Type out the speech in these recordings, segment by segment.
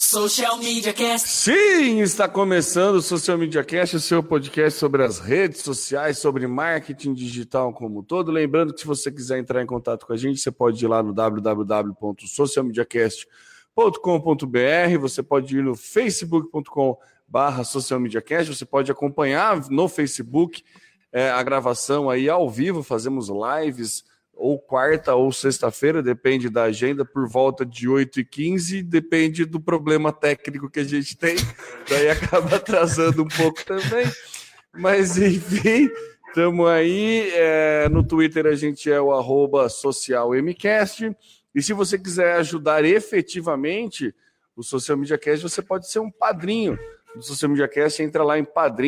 Social Media Cast. Sim, está começando o Social Media Cast, o seu podcast sobre as redes sociais, sobre marketing digital como um todo. Lembrando que se você quiser entrar em contato com a gente, você pode ir lá no www.socialmediacast.com.br, você pode ir no facebook.com/socialmediacast, você pode acompanhar no Facebook a gravação aí ao vivo, fazemos lives ou quarta ou sexta-feira, depende da agenda, por volta de 8h15, depende do problema técnico que a gente tem, daí acaba atrasando um pouco também, mas enfim, estamos aí, no Twitter a gente é o @socialmcast, e se você quiser ajudar efetivamente o Social Media Cast, você pode ser um padrinho do Social Media Cast, entra lá em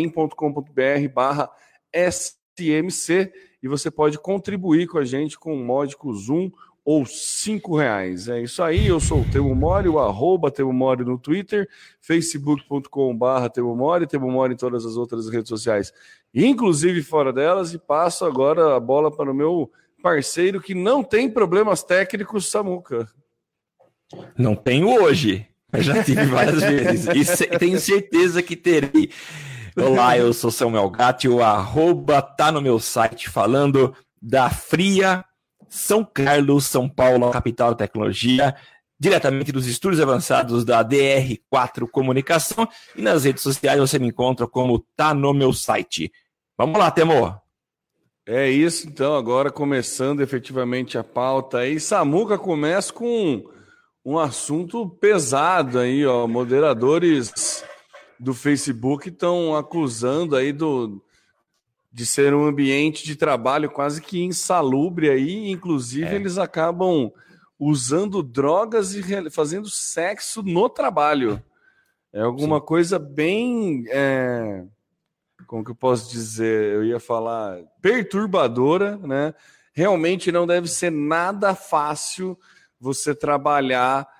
padrim.com.br/SMC, e você pode contribuir com a gente com módicos R$1 ou R$5. É isso aí, eu sou o Temo Mori, o @Temo Mori no Twitter, facebook.com/Temo Mori, Temo Mori em todas as outras redes sociais, inclusive fora delas, e passo agora a bola para o meu parceiro que não tem problemas técnicos, Samuca. Não tenho hoje, mas já tive várias vezes, e tenho certeza que terei. Olá, eu sou Samuel Gatti, o @ tá no meu site, falando da fria São Carlos, São Paulo, capital da tecnologia, diretamente dos estúdios avançados da DR4 Comunicação, e nas redes sociais você me encontra como tá no meu site. Vamos lá, Temor. É isso, então, agora começando efetivamente a pauta aí, Samuca, começa com um assunto pesado aí, ó, moderadores do Facebook estão acusando aí de ser um ambiente de trabalho quase que insalubre aí, inclusive eles acabam usando drogas e fazendo sexo no trabalho. É alguma coisa bem, como que eu posso dizer? Eu ia falar perturbadora, né? Realmente não deve ser nada fácil você trabalhar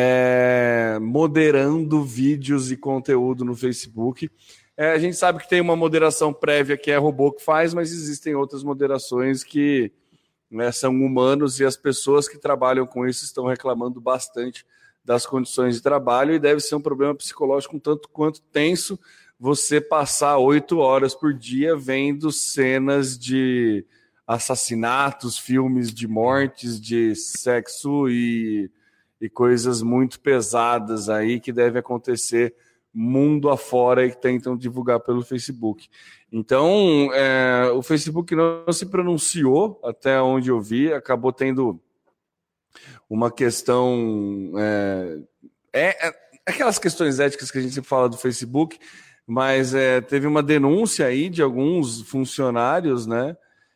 moderando vídeos e conteúdo no Facebook. A gente sabe que tem uma moderação prévia que é robô que faz, mas existem outras moderações que, né, são humanos, e as pessoas que trabalham com isso estão reclamando bastante das condições de trabalho, e deve ser um problema psicológico um tanto quanto tenso você passar 8 horas por dia vendo cenas de assassinatos, filmes de mortes, de sexo e coisas muito pesadas aí que devem acontecer mundo afora e que tentam divulgar pelo Facebook. Então, o Facebook não se pronunciou, até onde eu vi, acabou tendo uma questão... aquelas questões éticas que a gente sempre fala do Facebook, mas teve uma denúncia aí de alguns funcionários, né?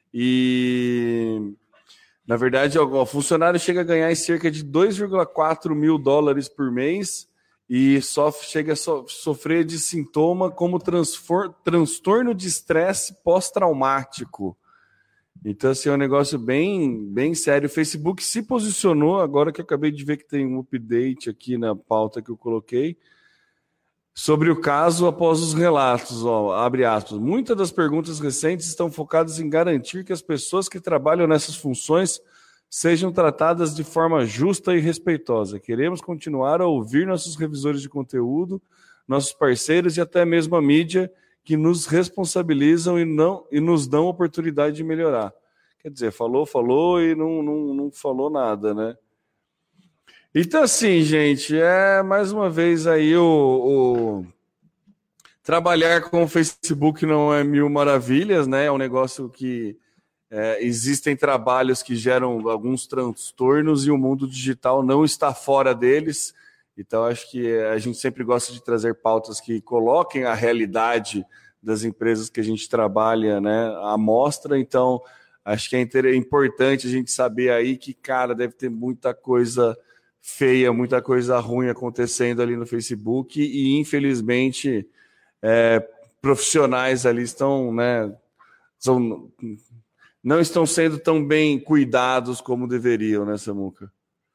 E... na verdade, o funcionário chega a ganhar em cerca de $2,4 mil por mês e chega a sofrer de sintoma como transtorno de estresse pós-traumático. Então, assim, é um negócio bem, bem sério. O Facebook se posicionou, agora que eu acabei de ver que tem um update aqui na pauta que eu coloquei, sobre o caso após os relatos, abre aspas. Muitas das perguntas recentes estão focadas em garantir que as pessoas que trabalham nessas funções sejam tratadas de forma justa e respeitosa. Queremos continuar a ouvir nossos revisores de conteúdo, nossos parceiros e até mesmo a mídia que nos responsabilizam e nos dão oportunidade de melhorar. Quer dizer, falou e não falou nada, né? Então, assim, gente, mais uma vez aí trabalhar com o Facebook não é mil maravilhas, né? É um negócio que existem trabalhos que geram alguns transtornos e o mundo digital não está fora deles. Então, acho que a gente sempre gosta de trazer pautas que coloquem a realidade das empresas que a gente trabalha, né, à mostra. Então, acho que é importante a gente saber aí que, cara, deve ter muita coisa feia, muita coisa ruim acontecendo ali no Facebook e, infelizmente, profissionais ali estão, né, não estão sendo tão bem cuidados como deveriam, né, Samuca?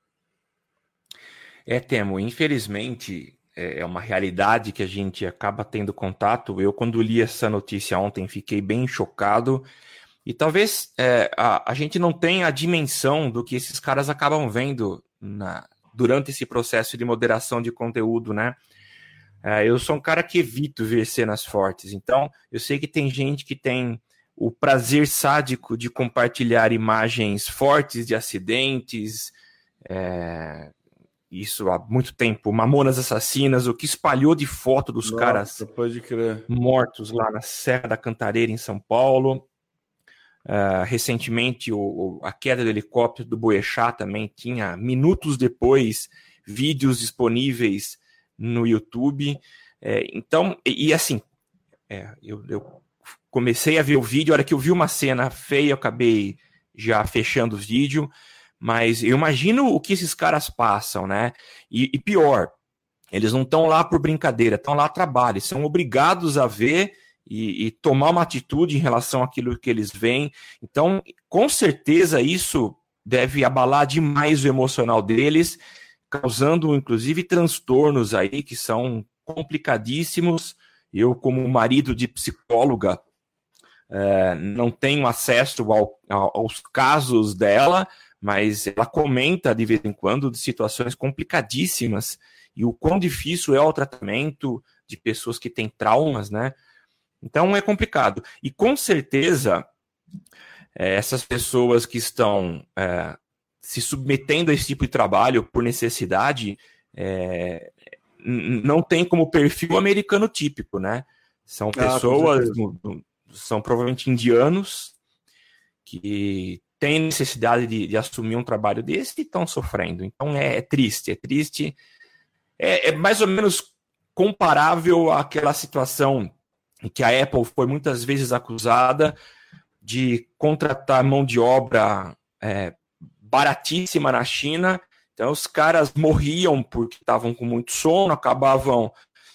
Temo, infelizmente, é uma realidade que a gente acaba tendo contato. Eu, quando li essa notícia ontem, fiquei bem chocado. E talvez a gente não tenha a dimensão do que esses caras acabam vendo durante esse processo de moderação de conteúdo, né? Eu sou um cara que evito ver cenas fortes, então eu sei que tem gente que tem o prazer sádico de compartilhar imagens fortes de acidentes, isso há muito tempo, Mamonas Assassinas, o que espalhou de foto dos caras pode crer, mortos lá na Serra da Cantareira, em São Paulo. Recentemente, a queda do helicóptero do Boechat também tinha, minutos depois, vídeos disponíveis no YouTube. Então, assim, eu comecei a ver o vídeo, a hora que eu vi uma cena feia, eu acabei já fechando o vídeo, mas eu imagino o que esses caras passam, né? E pior, eles não estão lá por brincadeira, estão lá a trabalho, são obrigados a ver e tomar uma atitude em relação àquilo que eles veem. Então, com certeza, isso deve abalar demais o emocional deles, causando, inclusive, transtornos aí que são complicadíssimos. Eu, como marido de psicóloga, não tenho acesso aos casos dela, mas ela comenta de vez em quando de situações complicadíssimas e o quão difícil é o tratamento de pessoas que têm traumas, né? Então é complicado. E com certeza, essas pessoas que estão se submetendo a esse tipo de trabalho por necessidade, não tem como perfil americano típico, né? São pessoas, são provavelmente indianos, que têm necessidade de assumir um trabalho desse e estão sofrendo. Então é triste. É mais ou menos comparável àquela situação em que a Apple foi muitas vezes acusada de contratar mão de obra baratíssima na China. Então os caras morriam porque estavam com muito sono, acabavam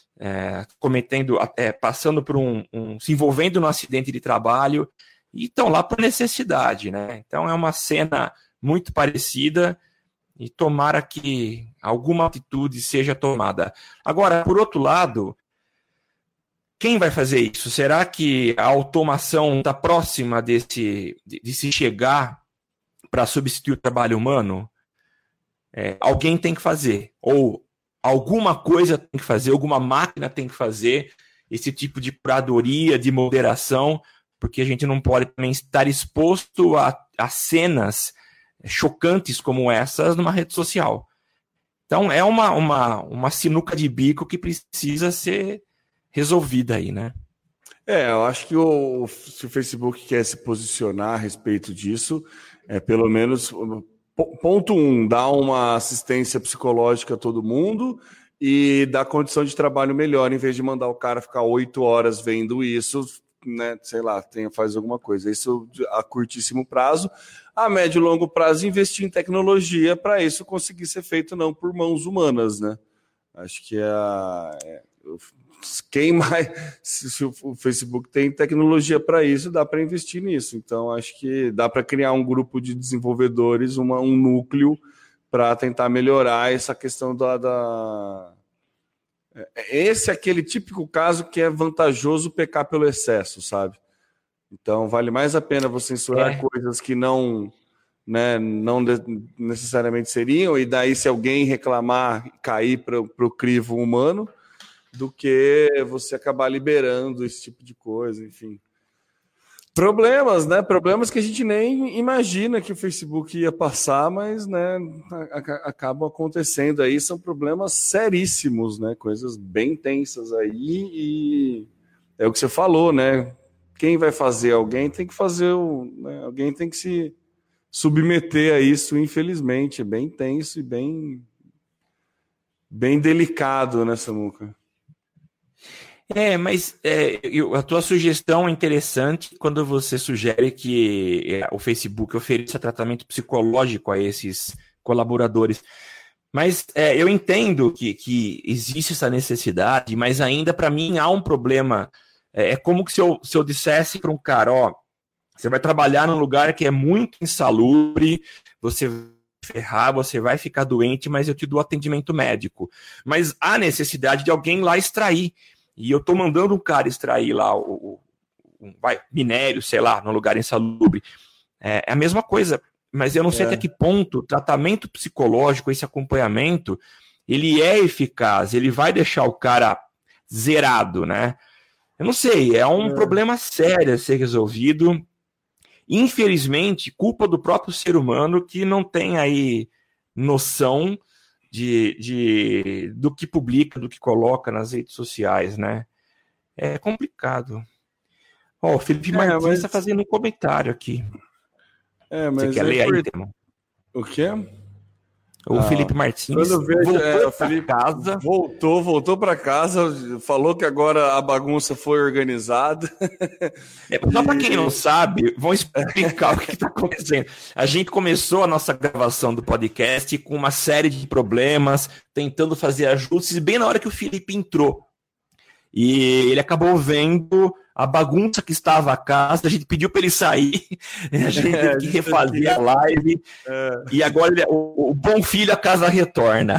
passando por se envolvendo num acidente de trabalho e estão lá por necessidade, né? Então é uma cena muito parecida e tomara que alguma atitude seja tomada. Agora, por outro lado, quem vai fazer isso? Será que a automação está próxima de se chegar para substituir o trabalho humano? Alguém tem que fazer, ou alguma coisa tem que fazer, alguma máquina tem que fazer esse tipo de curadoria, de moderação, porque a gente não pode também estar exposto a cenas chocantes como essas numa rede social. Então é uma sinuca de bico que precisa ser resolvida aí, né? Eu acho que se o Facebook quer se posicionar a respeito disso, pelo menos, ponto 1, dar uma assistência psicológica a todo mundo e dar condição de trabalho melhor, em vez de mandar o cara ficar 8 horas vendo isso, né? Sei lá, faz alguma coisa. Isso a curtíssimo prazo. A médio e longo prazo, investir em tecnologia para isso conseguir ser feito não por mãos humanas, né? Acho que quem mais, se o Facebook tem tecnologia para isso, dá para investir nisso. Então, acho que dá para criar um grupo de desenvolvedores, um núcleo para tentar melhorar essa questão Esse é aquele típico caso que é vantajoso pecar pelo excesso, sabe? Então, vale mais a pena você censurar coisas que não necessariamente seriam, e daí, se alguém reclamar, cair para o crivo humano, do que você acabar liberando esse tipo de coisa, enfim. Problemas, né? Problemas que a gente nem imagina que o Facebook ia passar, mas, né, acabam acontecendo aí, são problemas seríssimos, né? Coisas bem tensas aí, e é o que você falou, né? Quem vai fazer? Alguém tem que fazer, alguém tem que se submeter a isso, infelizmente. É bem tenso e bem delicado, né, Samuca? Mas a tua sugestão é interessante quando você sugere que o Facebook ofereça tratamento psicológico a esses colaboradores. Mas eu entendo que existe essa necessidade, mas ainda para mim há um problema. É como que se eu dissesse para um cara, você vai trabalhar num lugar que é muito insalubre, você vai ferrar, você vai ficar doente, mas eu te dou atendimento médico. Mas há necessidade de alguém lá extrair. E eu estou mandando um cara extrair lá minério, sei lá, num lugar insalubre. É a mesma coisa. mas eu não sei até que ponto o tratamento psicológico, esse acompanhamento, ele é eficaz, ele vai deixar o cara zerado, né? Eu não sei, é um problema sério a ser resolvido. Infelizmente, culpa do próprio ser humano que não tem aí noção do que publica, do que coloca nas redes sociais, né? É complicado. Ó, o Felipe Martins está fazendo um comentário aqui. Você quer ler aí, Temo? O quê? O Felipe Martins voltou para casa. Voltou para casa, falou que agora a bagunça foi organizada. Só para quem não sabe, vamos explicar o que está acontecendo. A gente começou a nossa gravação do podcast com uma série de problemas, tentando fazer ajustes, bem na hora que o Felipe entrou. E ele acabou vendo a bagunça que estava a casa, a gente pediu para ele sair, a gente teve que refazer a live, e agora o bom filho a casa retorna.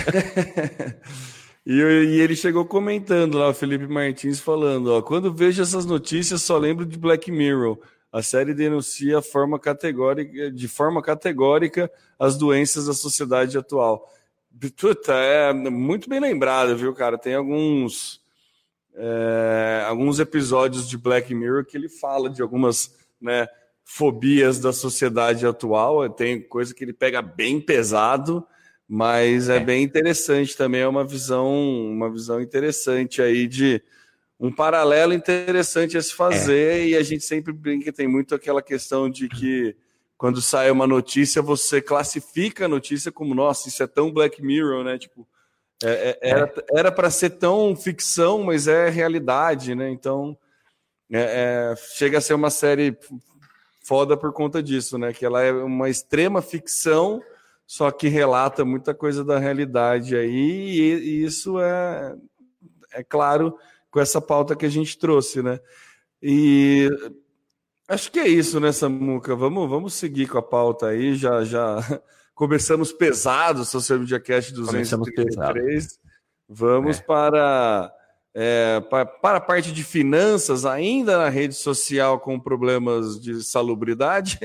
E ele chegou comentando lá, o Felipe Martins falando, ó, quando vejo essas notícias só lembro de Black Mirror, a série denuncia de forma categórica as doenças da sociedade atual. Puta, é muito bem lembrado, viu, cara? Tem alguns episódios de Black Mirror que ele fala de algumas, né, fobias da sociedade atual. Tem coisa que ele pega bem pesado, mas é bem interessante também. É uma visão interessante aí, de um paralelo interessante a se fazer. E a gente sempre brinca, tem muito aquela questão de que quando sai uma notícia, você classifica a notícia como, nossa, isso é tão Black Mirror, né? Tipo, era para ser tão ficção, mas é realidade, né? Então, chega a ser uma série foda por conta disso, né? Que ela é uma extrema ficção, só que relata muita coisa da realidade aí, e isso é claro com essa pauta que a gente trouxe, né? E acho que é isso, né, Samuca? Vamos seguir com a pauta aí, já começamos pesado, Social Media Cast 233. Vamos para a parte de finanças, ainda na rede social com problemas de salubridade,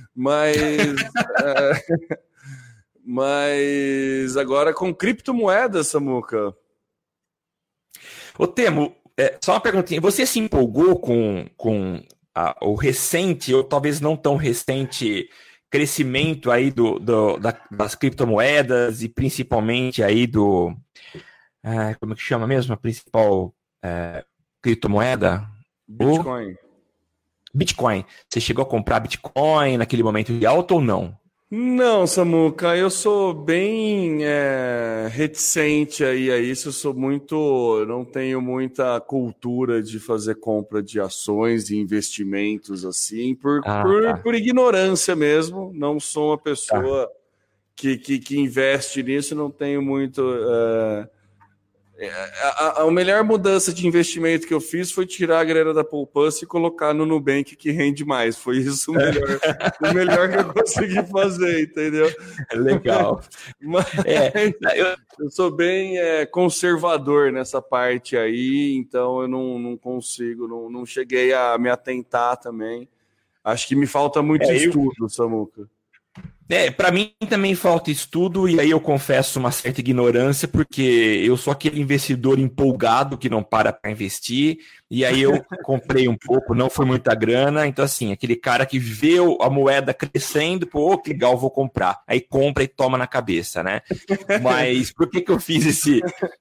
mas agora com criptomoedas, Samuca. Ô, Temo, só uma perguntinha. Você se empolgou com o recente, ou talvez não tão recente, crescimento aí das criptomoedas e principalmente aí como é que chama mesmo a principal criptomoeda? Bitcoin. Bitcoin. Você chegou a comprar Bitcoin naquele momento de alta ou não? Não, Samuca, eu sou bem reticente aí a isso. Não tenho muita cultura de fazer compra de ações e investimentos assim, por ignorância mesmo. Não sou uma pessoa que investe nisso, não tenho muito. A melhor mudança de investimento que eu fiz foi tirar a grana da poupança e colocar no Nubank, que rende mais. Foi isso o melhor que eu consegui fazer, entendeu? Legal. Mas eu sou bem conservador nessa parte aí, então eu não consigo, não cheguei a me atentar também. Acho que me falta muito estudo, Samuca. Para mim também falta estudo, e aí eu confesso uma certa ignorância, porque eu sou aquele investidor empolgado que não para investir, e aí eu comprei um pouco, não foi muita grana, então assim, aquele cara que vê a moeda crescendo, pô, que legal, vou comprar. Aí compra e toma na cabeça, né? Mas por que eu fiz esse...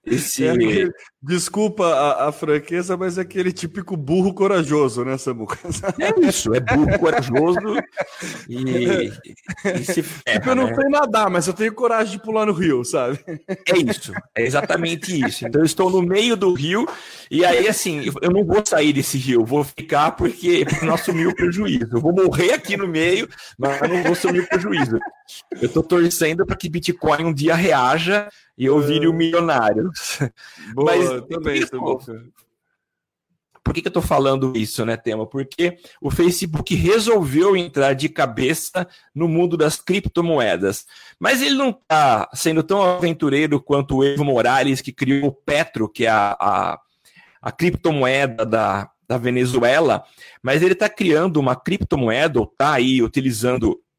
Desculpa a franqueza, mas é aquele típico burro corajoso, né, Samuca? É isso, é burro corajoso e se ferra, eu não sei nadar, mas eu tenho coragem de pular no rio, sabe? É isso, é exatamente isso. Então eu estou no meio do rio e aí, assim, eu não vou sair desse rio, vou ficar porque não assumir o prejuízo. Eu vou morrer aqui no meio, mas eu não vou assumir o prejuízo. Eu estou torcendo para que Bitcoin um dia reaja e eu vire um milionário. Boa, mas também, por que eu estou falando isso, né, Tema? Porque o Facebook resolveu entrar de cabeça no mundo das criptomoedas. Mas ele não está sendo tão aventureiro quanto o Evo Morales, que criou o Petro, que é a criptomoeda da Venezuela, mas ele está criando uma criptomoeda, ou está aí utilizando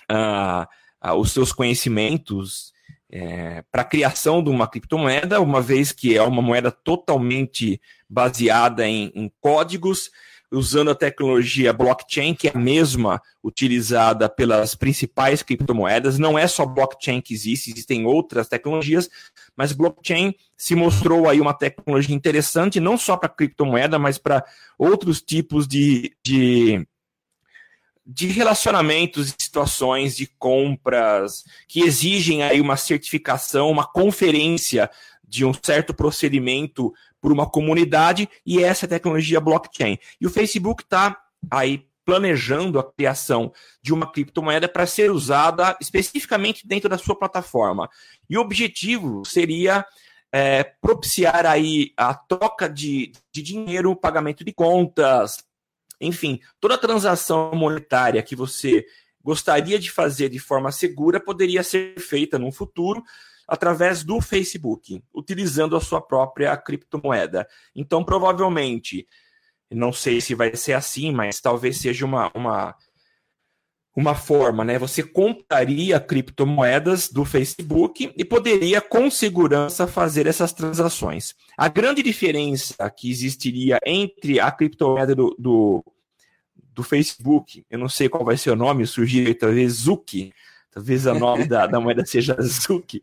os seus conhecimentos para a criação de uma criptomoeda, uma vez que é uma moeda totalmente baseada em códigos, usando a tecnologia blockchain, que é a mesma utilizada pelas principais criptomoedas. Não é só blockchain que existe, existem outras tecnologias, mas blockchain se mostrou aí uma tecnologia interessante, não só para criptomoeda, mas para outros tipos de relacionamentos e situações de compras que exigem aí uma certificação, uma conferência de um certo procedimento por uma comunidade, e essa é a tecnologia blockchain. E o Facebook está aí planejando a criação de uma criptomoeda para ser usada especificamente dentro da sua plataforma. E o objetivo seria propiciar aí a troca de dinheiro, pagamento de contas, enfim, toda transação monetária que você gostaria de fazer de forma segura poderia ser feita no futuro através do Facebook, utilizando a sua própria criptomoeda. Então, provavelmente, não sei se vai ser assim, mas talvez seja uma forma, né? Você compraria criptomoedas do Facebook e poderia, com segurança, fazer essas transações. A grande diferença que existiria entre a criptomoeda do Facebook, eu não sei qual vai ser o nome, surgiu talvez Zuki, talvez o nome da moeda seja Zuki,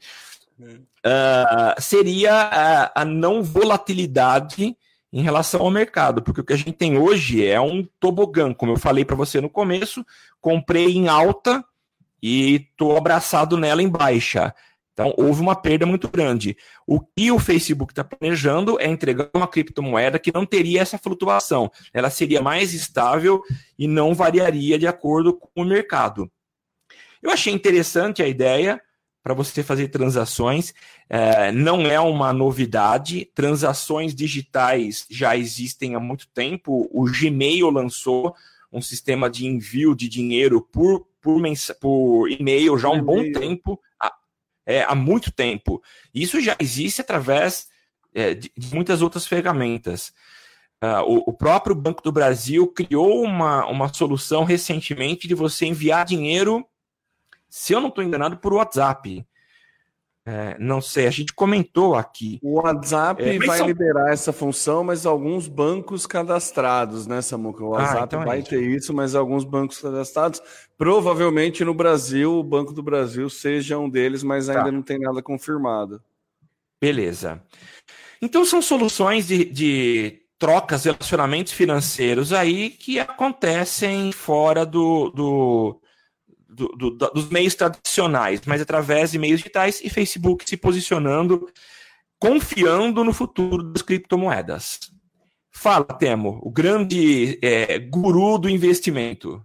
seria a não volatilidade em relação ao mercado, porque o que a gente tem hoje é um tobogã, como eu falei para você no começo, comprei em alta e estou abraçado nela em baixa. Então, houve uma perda muito grande. O que o Facebook está planejando é entregar uma criptomoeda que não teria essa flutuação. Ela seria mais estável e não variaria de acordo com o mercado. Eu achei interessante a ideia para você fazer transações. Não é uma novidade. Transações digitais já existem há muito tempo. O Gmail lançou um sistema de envio de dinheiro por e-mail já há um bom tempo. Há muito tempo. Isso já existe através de muitas outras ferramentas. O próprio Banco do Brasil criou uma solução recentemente de você enviar dinheiro, se eu não estou enganado, por WhatsApp. Não sei, a gente comentou aqui. O WhatsApp vai liberar essa função, mas alguns bancos cadastrados, né, Samuca? O WhatsApp então vai ter isso, mas alguns bancos cadastrados. Provavelmente no Brasil, o Banco do Brasil seja um deles, mas ainda não tem nada confirmado. Beleza. Então são soluções de trocas, relacionamentos financeiros aí que acontecem fora dos meios tradicionais, mas através de meios digitais, e Facebook se posicionando, confiando no futuro das criptomoedas. Fala, Temo, o grande guru do investimento.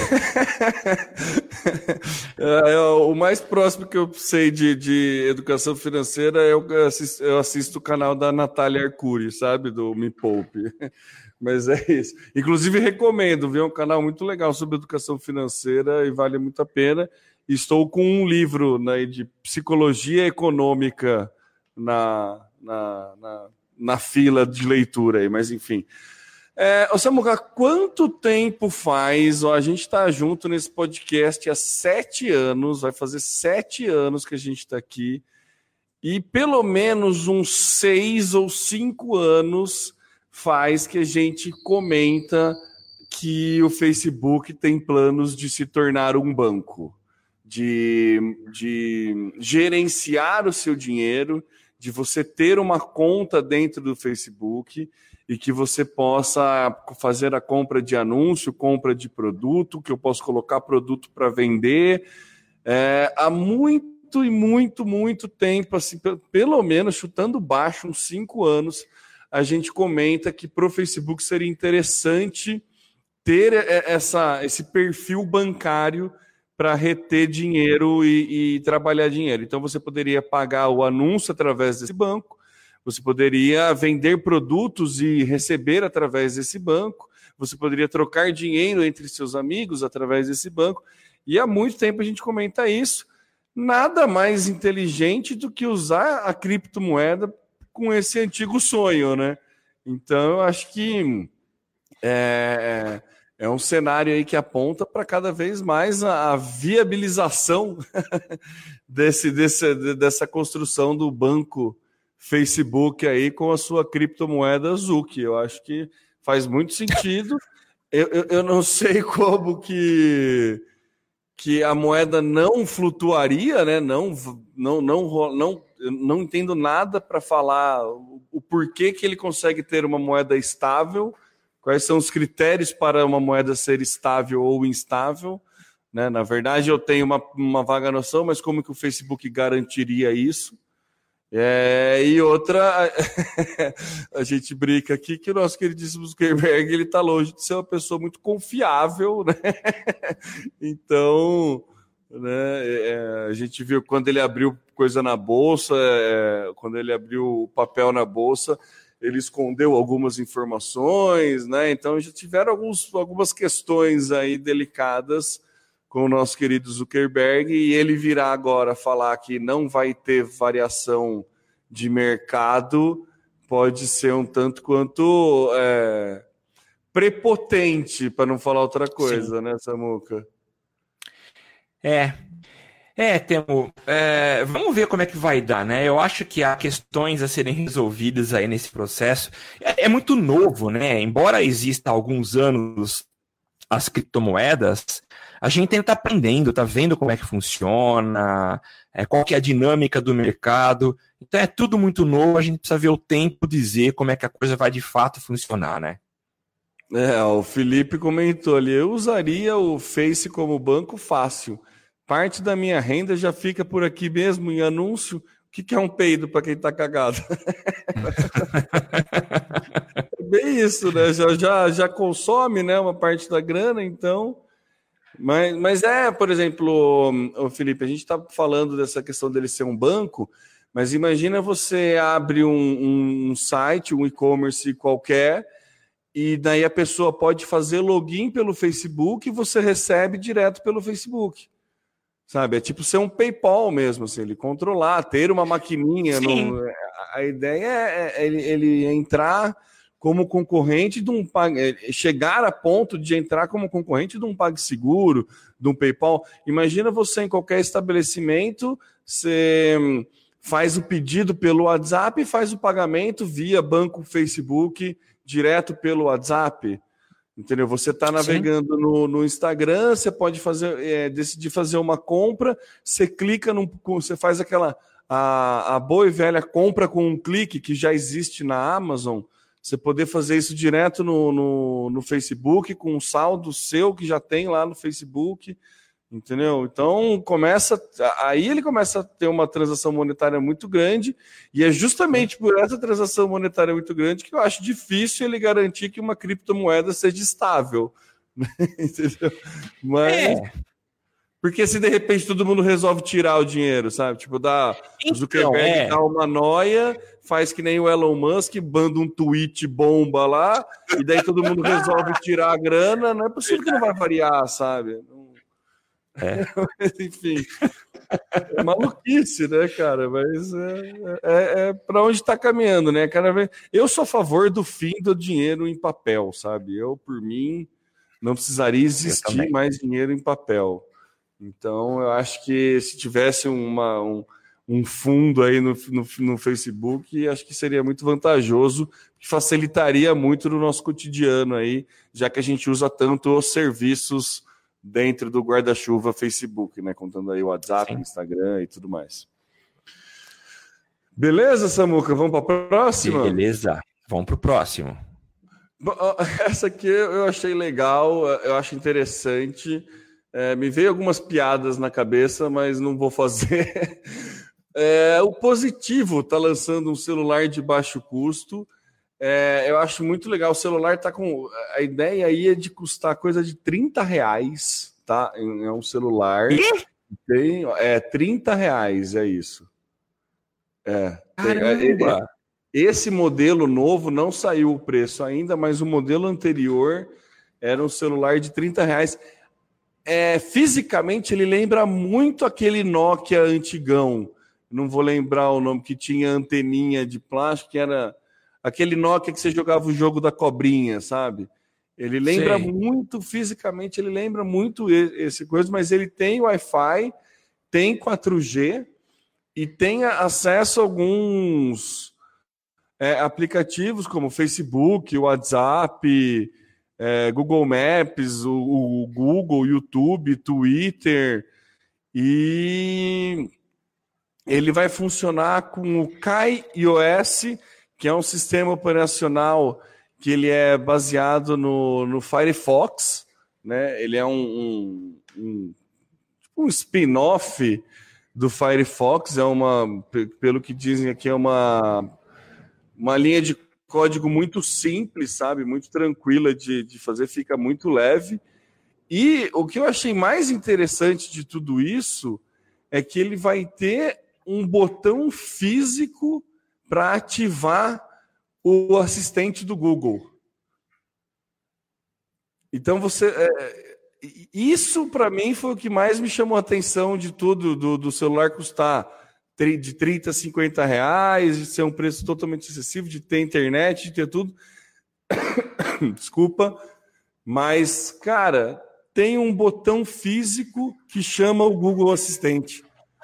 O mais próximo que eu sei de educação financeira eu assisto o canal da Natália Arcuri, sabe? Do Me Poupe. Mas é isso. Inclusive, recomendo, viu? É um canal muito legal sobre educação financeira e vale muito a pena. Estou com um livro, né, de psicologia econômica na fila de leitura aí, mas enfim. Samuca, quanto tempo faz? A gente está junto nesse podcast há 7 anos, vai fazer 7 anos que a gente está aqui, e pelo menos uns 6 ou 5 anos faz que a gente comenta que o Facebook tem planos de se tornar um banco, de gerenciar o seu dinheiro, de você ter uma conta dentro do Facebook e que você possa fazer a compra de anúncio, compra de produto, que eu posso colocar produto para vender. Há muito tempo, assim, pelo menos chutando baixo, uns 5 anos, a gente comenta que para o Facebook seria interessante ter esse perfil bancário para reter dinheiro e trabalhar dinheiro. Então, você poderia pagar o anúncio através desse banco, você poderia vender produtos e receber através desse banco, você poderia trocar dinheiro entre seus amigos através desse banco, e há muito tempo a gente comenta isso. Nada mais inteligente do que usar a criptomoeda com esse antigo sonho, né? Então, eu acho que é um cenário aí que aponta para cada vez mais a viabilização dessa construção do banco Facebook aí com a sua criptomoeda Zuki. Eu acho que faz muito sentido. Eu não sei como que a moeda não flutuaria, né? Eu não entendo nada para falar o porquê que ele consegue ter uma moeda estável, quais são os critérios para uma moeda ser estável ou instável, né? Na verdade, eu tenho uma vaga noção, mas como que o Facebook garantiria isso? E outra, a gente brinca aqui que o nosso queridíssimo Zuckerberg, ele está longe de ser uma pessoa muito confiável, né? Então, né, a gente viu quando ele abriu coisa na bolsa, quando ele abriu o papel na bolsa, ele escondeu algumas informações, né? Então já tiveram algumas questões aí delicadas com o nosso querido Zuckerberg, e ele virá agora falar que não vai ter variação de mercado, pode ser um tanto quanto prepotente, para não falar outra coisa, né, Samuca? Temo. Vamos ver como é que vai dar, né? Eu acho que há questões a serem resolvidas aí nesse processo. É muito novo, né? Embora exista há alguns anos as criptomoedas, a gente ainda está aprendendo, está vendo como é que funciona, qual que é a dinâmica do mercado. Então é tudo muito novo, a gente precisa ver o tempo dizer como é que a coisa vai de fato funcionar, né? O Felipe comentou ali, eu usaria o Face como banco fácil. Parte da minha renda já fica por aqui mesmo em anúncio. O que é um peido para quem está cagado? É bem isso, né? Já consome, né, uma parte da grana, então. Mas por exemplo, Felipe, a gente está falando dessa questão dele ser um banco, mas imagina você abre um site, um e-commerce qualquer, e daí a pessoa pode fazer login pelo Facebook e você recebe direto pelo Facebook. Sabe, é tipo ser um PayPal mesmo, assim, ele controlar, ter uma maquininha. A ideia é ele entrar como concorrente de chegar a ponto de entrar como concorrente de um PagSeguro, de um PayPal. Imagina você em qualquer estabelecimento, você faz o pedido pelo WhatsApp e faz o pagamento via banco Facebook direto pelo WhatsApp. Entendeu? Você está navegando no Instagram, você pode decidir fazer uma compra, você clica, você faz a boa e velha compra com um clique que já existe na Amazon, você poder fazer isso direto no Facebook, com um saldo seu que já tem lá no Facebook, entendeu? Então aí ele começa a ter uma transação monetária muito grande, e é justamente por essa transação monetária muito grande que eu acho difícil ele garantir que uma criptomoeda seja estável, entendeu? Mas porque se de repente todo mundo resolve tirar o dinheiro, sabe? Tipo, o Zuckerberg dá uma noia, faz que nem o Elon Musk, manda um tweet bomba lá, e daí todo mundo resolve tirar a grana, não é possível que não vai variar, sabe? Enfim, é maluquice, né, cara? Mas é para onde está caminhando, né? Cada vez... Eu sou a favor do fim do dinheiro em papel, sabe? Eu, por mim, não precisaria existir mais dinheiro em papel. Então, eu acho que se tivesse um fundo aí no Facebook, acho que seria muito vantajoso, facilitaria muito no nosso cotidiano aí, já que a gente usa tanto os serviços dentro do guarda-chuva Facebook, né? Contando aí o WhatsApp, Instagram e tudo mais. Beleza, Samuca? Vamos para a próxima? Beleza, vamos para o próximo. Essa aqui eu achei legal, eu acho interessante. Me veio algumas piadas na cabeça, mas não vou fazer. O Positivo está lançando um celular de baixo custo. Eu acho muito legal. O celular está com... A ideia aí é de custar coisa de R$30, tá? É um celular. Tem, R$30, é isso. Caramba! Esse modelo novo não saiu o preço ainda, mas o modelo anterior era um celular de R$30. Fisicamente, ele lembra muito aquele Nokia antigão. Não vou lembrar o nome, que tinha anteninha de plástico, que era... Aquele Nokia que você jogava o jogo da cobrinha, sabe? Ele lembra muito, fisicamente, ele lembra muito esse coisa, mas ele tem Wi-Fi, tem 4G e tem acesso a alguns aplicativos como Facebook, WhatsApp, Google Maps, o Google, YouTube, Twitter, e ele vai funcionar com o KaiOS, que é um sistema operacional que ele é baseado no Firefox, né? Ele é um spin-off do Firefox, pelo que dizem aqui, é uma linha de código muito simples, sabe? Muito tranquila de fazer, fica muito leve. E o que eu achei mais interessante de tudo isso é que ele vai ter um botão físico para ativar o assistente do Google. Então isso para mim foi o que mais me chamou a atenção de tudo, do celular custar de 30 a 50 reais, de ser um preço totalmente excessivo, de ter internet, de ter tudo. Desculpa, mas, cara, tem um botão físico que chama o Google Assistente.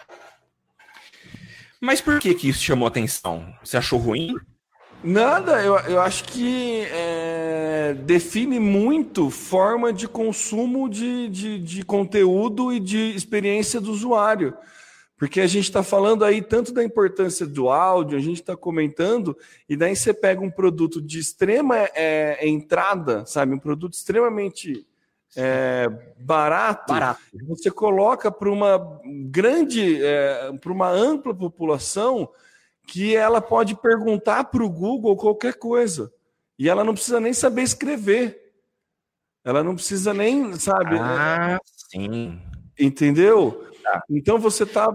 Mas por que isso chamou atenção? Você achou ruim? Nada, eu acho que define muito forma de consumo de conteúdo e de experiência do usuário. Porque a gente está falando aí tanto da importância do áudio, a gente está comentando, e daí você pega um produto de extrema entrada, sabe? Um produto extremamente barato, você coloca para uma grande, para uma ampla população que ela pode perguntar para o Google qualquer coisa. E ela não precisa nem saber escrever. Ela não precisa nem, sabe? Sim. Entendeu? Então você está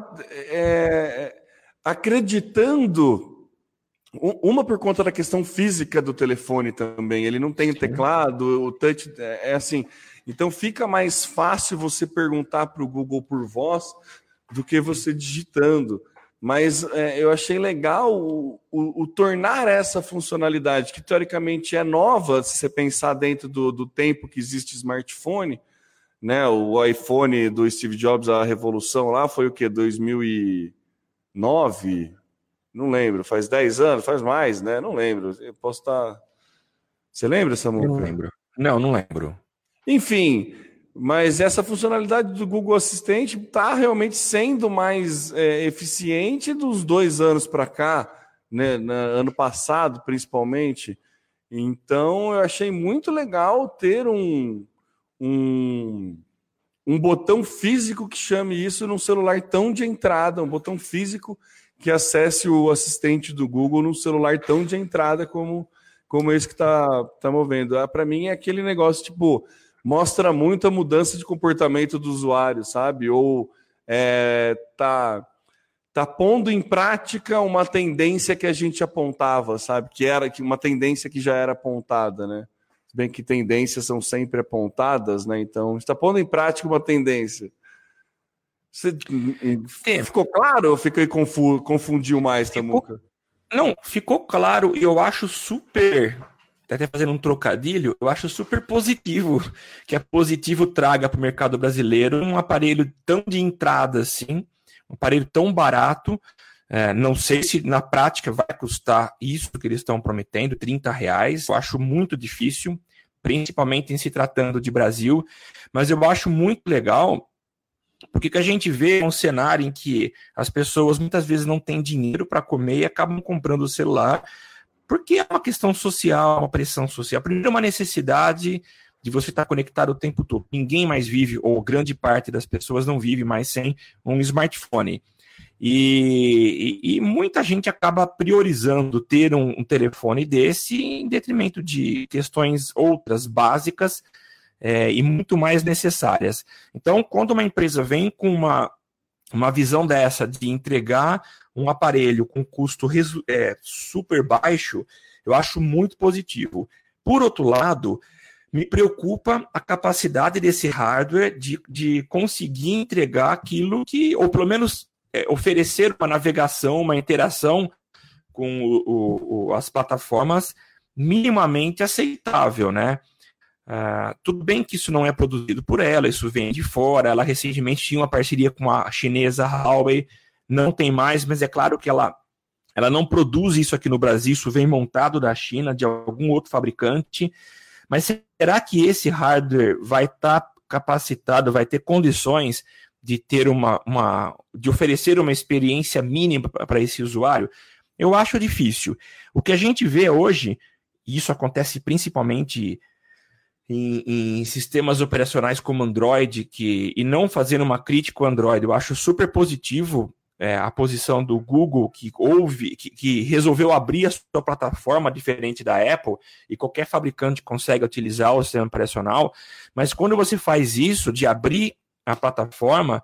acreditando, uma por conta da questão física do telefone também. Ele não tem teclado, o touch é assim. Então fica mais fácil você perguntar para o Google por voz do que você digitando. Mas eu achei legal o tornar essa funcionalidade, que teoricamente é nova, se você pensar dentro do tempo que existe smartphone, né? O iPhone do Steve Jobs, a revolução lá foi o quê? 2009? Não lembro, faz 10 anos, faz mais, né? Não lembro. Eu posso estar... Você lembra, Samuca? Eu não lembro. Não lembro. Enfim, mas essa funcionalidade do Google Assistente está realmente sendo mais eficiente dos 2 anos para cá, né? Ano passado, principalmente. Então, eu achei muito legal ter um botão físico que chame isso num celular tão de entrada, um botão físico que acesse o assistente do Google num celular tão de entrada como esse que tá movendo. Para mim é aquele negócio, tipo, mostra muito a mudança de comportamento do usuário, sabe? Ou tá pondo em prática uma tendência que a gente apontava, sabe? Que uma tendência que já era apontada, né? Se bem que tendências são sempre apontadas, né? Então, está pondo em prática uma tendência. Ficou claro ou fiquei confundiu mais, Samuca? Não, ficou claro e eu acho super, até fazendo um trocadilho, eu acho super positivo que a Positivo traga para o mercado brasileiro um aparelho tão de entrada assim, um aparelho tão barato. Não sei se na prática vai custar isso que eles estão prometendo, R$30. Eu acho muito difícil, principalmente em se tratando de Brasil, mas eu acho muito legal, porque que a gente vê um cenário em que as pessoas muitas vezes não têm dinheiro para comer e acabam comprando o celular, porque é uma questão social, uma pressão social. Primeiro, uma necessidade de você estar conectado o tempo todo. Ninguém mais vive, ou grande parte das pessoas não vive mais sem um smartphone. E muita gente acaba priorizando ter um telefone desse em detrimento de questões outras básicas e muito mais necessárias. Então, quando uma empresa vem com uma visão dessa de entregar um aparelho com custo super baixo, eu acho muito positivo. Por outro lado, me preocupa a capacidade desse hardware de conseguir entregar aquilo que, ou pelo menos oferecer uma navegação, uma interação com as plataformas minimamente aceitável, né? Tudo bem que isso não é produzido por ela, isso vem de fora. Ela recentemente tinha uma parceria com a chinesa Huawei, não tem mais, mas é claro que ela não produz isso aqui no Brasil, isso vem montado da China, de algum outro fabricante. Mas será que esse hardware vai estar capacitado, vai ter condições de ter de oferecer uma experiência mínima para esse usuário? Eu acho difícil. O que a gente vê hoje, e isso acontece principalmente em sistemas operacionais como Android, e não fazendo uma crítica ao Android, eu acho super positivo a posição do Google, que resolveu abrir a sua plataforma diferente da Apple, e qualquer fabricante consegue utilizar o sistema operacional, mas quando você faz isso, de abrir a plataforma,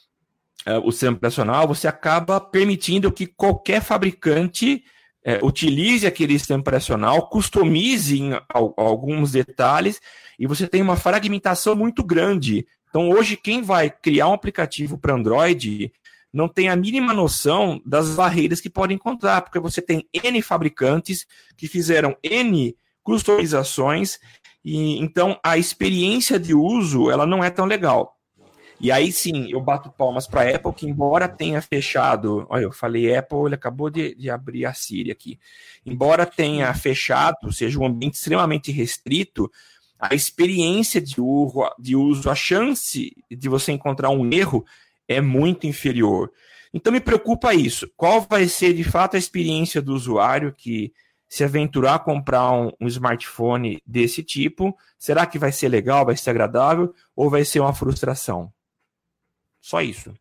o sistema operacional, você acaba permitindo que qualquer fabricante utilize aquele sistema operacional, customize em alguns detalhes, e você tem uma fragmentação muito grande. Então, hoje, quem vai criar um aplicativo para Android não tem a mínima noção das barreiras que pode encontrar, porque você tem N fabricantes que fizeram N customizações, e então a experiência de uso ela não é tão legal. E aí sim, eu bato palmas para a Apple, que embora tenha fechado, olha, eu falei Apple, ele acabou de abrir a Siri aqui, embora tenha fechado, seja um ambiente extremamente restrito, a experiência de uso, a chance de você encontrar um erro é muito inferior. Então me preocupa isso. Qual vai ser de fato a experiência do usuário que se aventurar a comprar um smartphone desse tipo? Será que vai ser legal, vai ser agradável ou vai ser uma frustração? Só isso.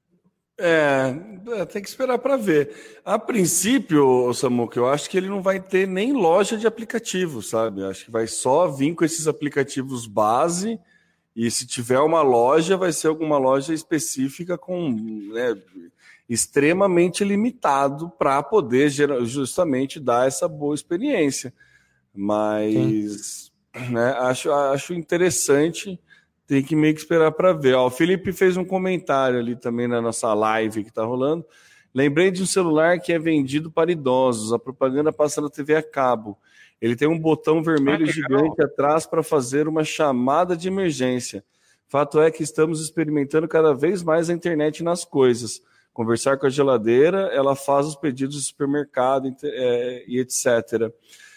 Tem que esperar para ver. A princípio, Samuca, eu acho que ele não vai ter nem loja de aplicativo, sabe? Eu acho que vai só vir com esses aplicativos base. E se tiver uma loja, vai ser alguma loja específica com extremamente limitado para poder justamente dar essa boa experiência. Mas acho interessante, tem que meio que esperar para ver. O Felipe fez um comentário ali também na nossa live que está rolando. Lembrei de um celular que é vendido para idosos. A propaganda passa na TV a cabo. Ele tem um botão vermelho gigante atrás para fazer uma chamada de emergência. Fato é que estamos experimentando cada vez mais a internet nas coisas. Conversar com a geladeira, ela faz os pedidos do supermercado e etc.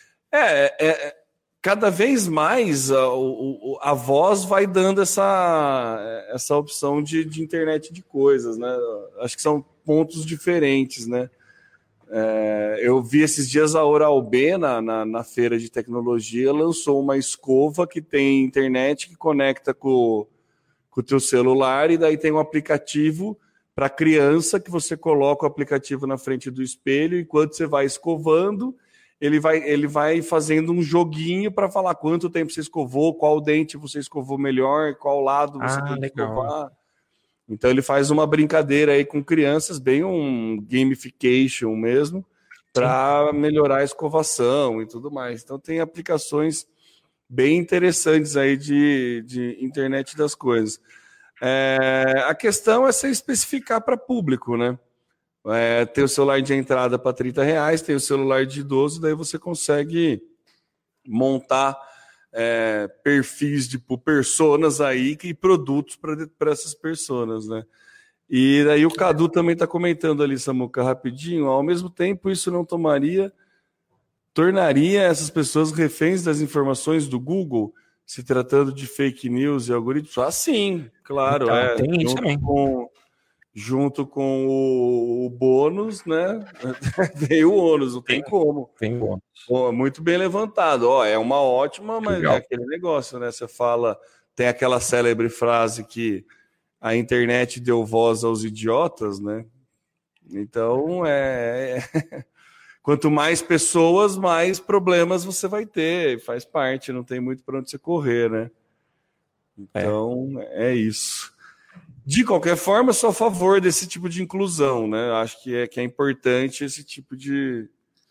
Cada vez mais a voz vai dando essa opção de internet de coisas, né? Acho que são pontos diferentes, né? Eu vi esses dias a Oral-B na feira de tecnologia, lançou uma escova que tem internet que conecta com o teu celular, e daí tem um aplicativo para criança que você coloca o aplicativo na frente do espelho, e enquanto você vai escovando, ele vai fazendo um joguinho para falar quanto tempo você escovou, qual dente você escovou melhor, qual lado você tem que escovar. Então ele faz uma brincadeira aí com crianças, bem um gamification mesmo, para melhorar a escovação e tudo mais. Então tem aplicações bem interessantes aí de internet das coisas. A questão é você especificar para público, né? Tem o celular de entrada para R$30, tem o celular de idoso, daí você consegue montar perfis de personas aí e produtos para essas personas, né? E daí o Cadu também está comentando ali, Samuca, rapidinho. Ao mesmo tempo, isso não tornaria essas pessoas reféns das informações do Google, se tratando de fake news e algoritmos? Sim, claro. Então, tem isso também. Junto com o bônus, né? Veio o ônus, não tem como. Tem bônus. Muito bem levantado. É uma ótima, mas legal. É aquele negócio, né? Você fala, tem aquela célebre frase que a internet deu voz aos idiotas, né? Então, quanto mais pessoas, mais problemas você vai ter. Faz parte, não tem muito para onde você correr, né? Então, é isso. De qualquer forma, sou a favor desse tipo de inclusão, né? Acho que é importante esse tipo de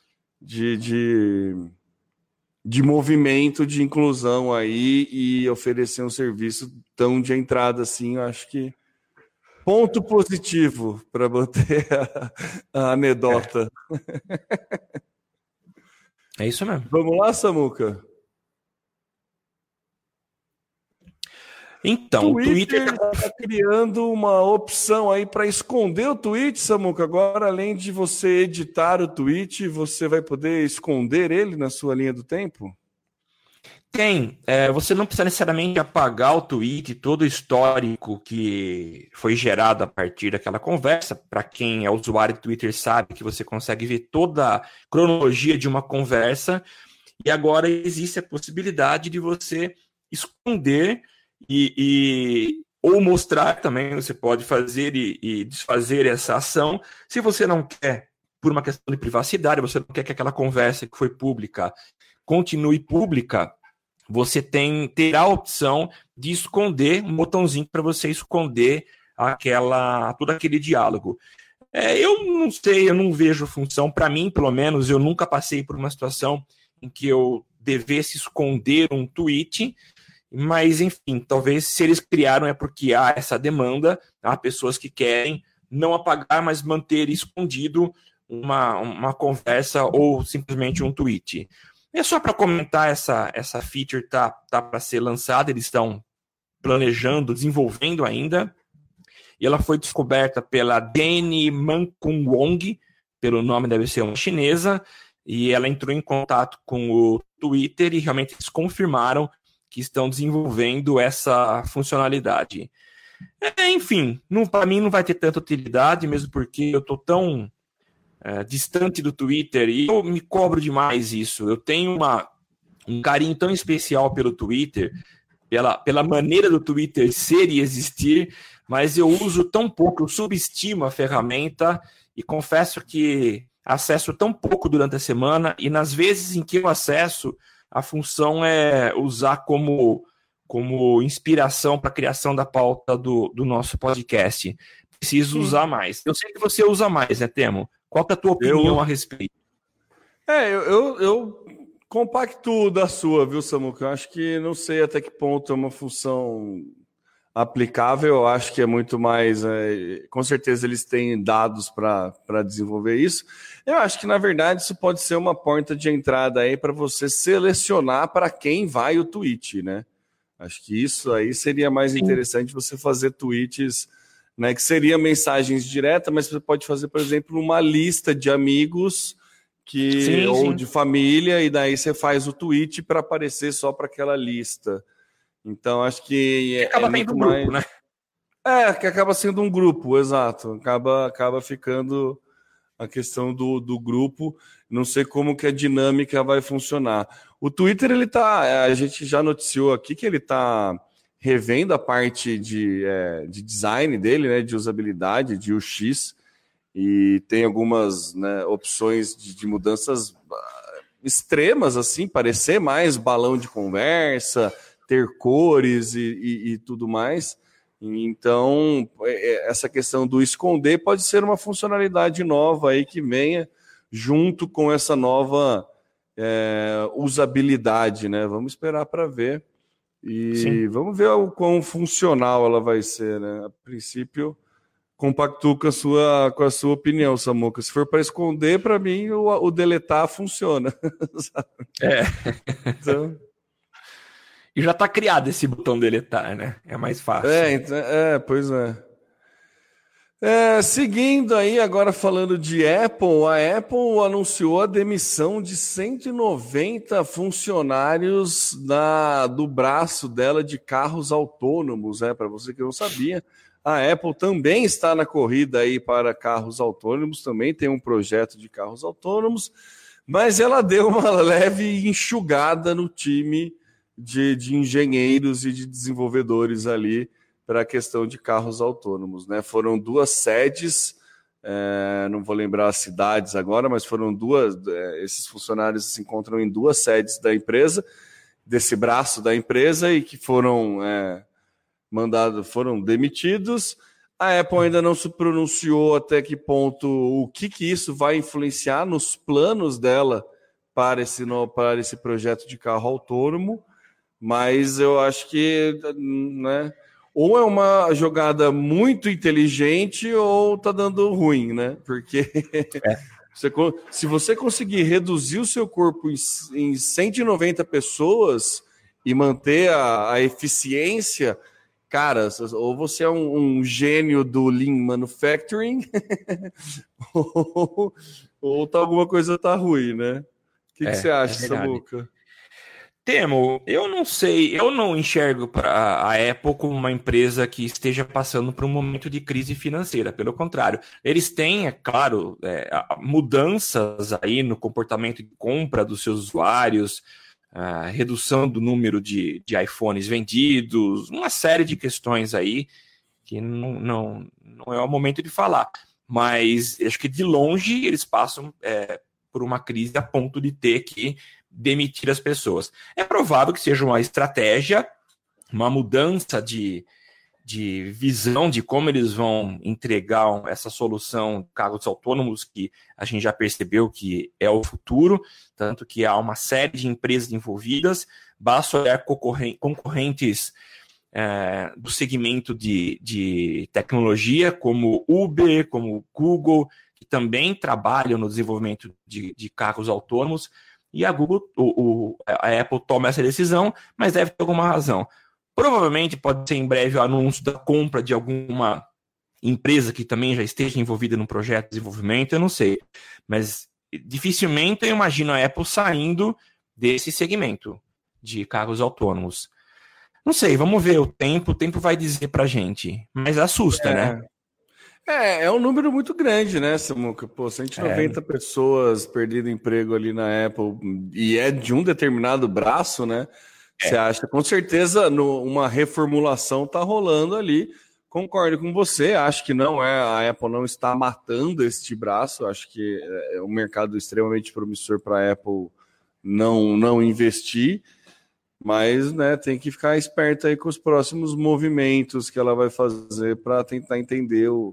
movimento de inclusão aí, e oferecer um serviço tão de entrada assim. Eu acho que ponto positivo para manter a anedota. É isso mesmo. Vamos lá, Samuca? Então, o Twitter está criando uma opção aí para esconder o tweet, Samuca. Agora, além de você editar o tweet, você vai poder esconder ele na sua linha do tempo? Tem. Você não precisa necessariamente apagar o tweet, todo o histórico que foi gerado a partir daquela conversa. Para quem é usuário do Twitter sabe que você consegue ver toda a cronologia de uma conversa. E agora existe a possibilidade de você esconder ou mostrar também, você pode fazer e desfazer essa ação. Se você não quer, por uma questão de privacidade, você não quer que aquela conversa que foi pública continue pública, você terá a opção de esconder, um botãozinho para você esconder todo aquele diálogo. Eu não sei, eu não vejo função, para mim, pelo menos, eu nunca passei por uma situação em que eu devesse esconder um tweet, mas, enfim, talvez se eles criaram é porque há essa demanda, há pessoas que querem não apagar, mas manter escondido uma conversa ou simplesmente um tweet. É só para comentar, essa feature tá para ser lançada, eles estão planejando, desenvolvendo ainda, e ela foi descoberta pela Dani Mankun Wong, pelo nome deve ser uma chinesa, e ela entrou em contato com o Twitter e realmente eles confirmaram que estão desenvolvendo essa funcionalidade. Enfim, para mim não vai ter tanta utilidade, mesmo porque eu estou tão distante do Twitter e eu me cobro demais isso. Eu tenho um carinho tão especial pelo Twitter, pela maneira do Twitter ser e existir, mas eu uso tão pouco, eu subestimo a ferramenta e confesso que acesso tão pouco durante a semana e nas vezes em que eu acesso, a função é usar como inspiração para a criação da pauta do nosso podcast. Preciso usar mais. Eu sei que você usa mais, né, Temo? Qual que é a tua opinião a respeito? Eu compacto da sua, viu, Samuca? Eu acho que não sei até que ponto é uma função aplicável, eu acho que é muito mais... com certeza eles têm dados para desenvolver isso. Eu acho que, na verdade, isso pode ser uma porta de entrada aí para você selecionar para quem vai o tweet, né? Acho que isso aí seria mais interessante, você fazer tweets, né, que seria mensagens diretas, mas você pode fazer, por exemplo, uma lista de amigos ou de família, e daí você faz o tweet para aparecer só para aquela lista. Então, acho que acaba sendo um grupo, né? Que acaba sendo um grupo, exato. Acaba ficando a questão do grupo. Não sei como que a dinâmica vai funcionar. O Twitter, a gente já noticiou aqui que ele está revendo a parte de design dele, né, de usabilidade, de UX, e tem algumas, né, opções de mudanças extremas, assim, parecer mais balão de conversa, ter cores e tudo mais. Então, essa questão do esconder pode ser uma funcionalidade nova aí que venha junto com essa nova usabilidade, né? Vamos esperar para ver e vamos ver o quão funcional ela vai ser, né? A princípio, compactuo com a sua opinião, Samuca. Se for para esconder, para mim, o deletar funciona. Então... E já está criado esse botão deletar, né? É mais fácil. Pois é. Seguindo aí, agora falando de Apple, a Apple anunciou a demissão de 190 funcionários do braço dela de carros autônomos, né? Para você que não sabia, a Apple também está na corrida aí para carros autônomos, também tem um projeto de carros autônomos, mas ela deu uma leve enxugada no time de engenheiros e de desenvolvedores ali para a questão de carros autônomos, né? Foram 2 sedes, não vou lembrar as cidades agora, mas foram 2, esses funcionários se encontram em 2 sedes da empresa, desse braço da empresa, e que foram foram demitidos. A Apple ainda não se pronunciou até que ponto, o que isso vai influenciar nos planos dela para esse projeto de carro autônomo, mas eu acho que, né, ou é uma jogada muito inteligente ou tá dando ruim, né? Porque se você conseguir reduzir o seu corpo em 190 pessoas e manter a eficiência, cara, ou você é um gênio do Lean Manufacturing, ou alguma coisa tá ruim, né? O que você acha, Samuca? Temo, eu não sei, eu não enxergo para a Apple como uma empresa que esteja passando por um momento de crise financeira, pelo contrário. Eles têm, é claro, mudanças aí no comportamento de compra dos seus usuários, a redução do número de iPhones vendidos, uma série de questões aí que não é o momento de falar. Mas acho que de longe eles passam por uma crise a ponto de ter que demitir as pessoas. É provável que seja uma estratégia, uma mudança de visão de como eles vão entregar essa solução de carros autônomos, que a gente já percebeu que é o futuro, tanto que há uma série de empresas envolvidas, basta olhar concorrentes do segmento de tecnologia, como Uber, como Google, que também trabalham no desenvolvimento de carros autônomos. E a Apple toma essa decisão, mas deve ter alguma razão. Provavelmente pode ser em breve o anúncio da compra de alguma empresa que também já esteja envolvida no projeto de desenvolvimento, eu não sei. Mas dificilmente eu imagino a Apple saindo desse segmento de carros autônomos. Não sei, vamos ver o tempo vai dizer pra gente. Mas assusta, né? É um número muito grande, né, Samuca? Pô, 190 pessoas perdendo emprego ali na Apple, e é de um determinado braço, né? Você acha? Com certeza uma reformulação tá rolando ali. Concordo com você, acho que a Apple não está matando este braço, acho que é um mercado extremamente promissor para a Apple não investir, mas, né, tem que ficar esperto aí com os próximos movimentos que ela vai fazer para tentar entender o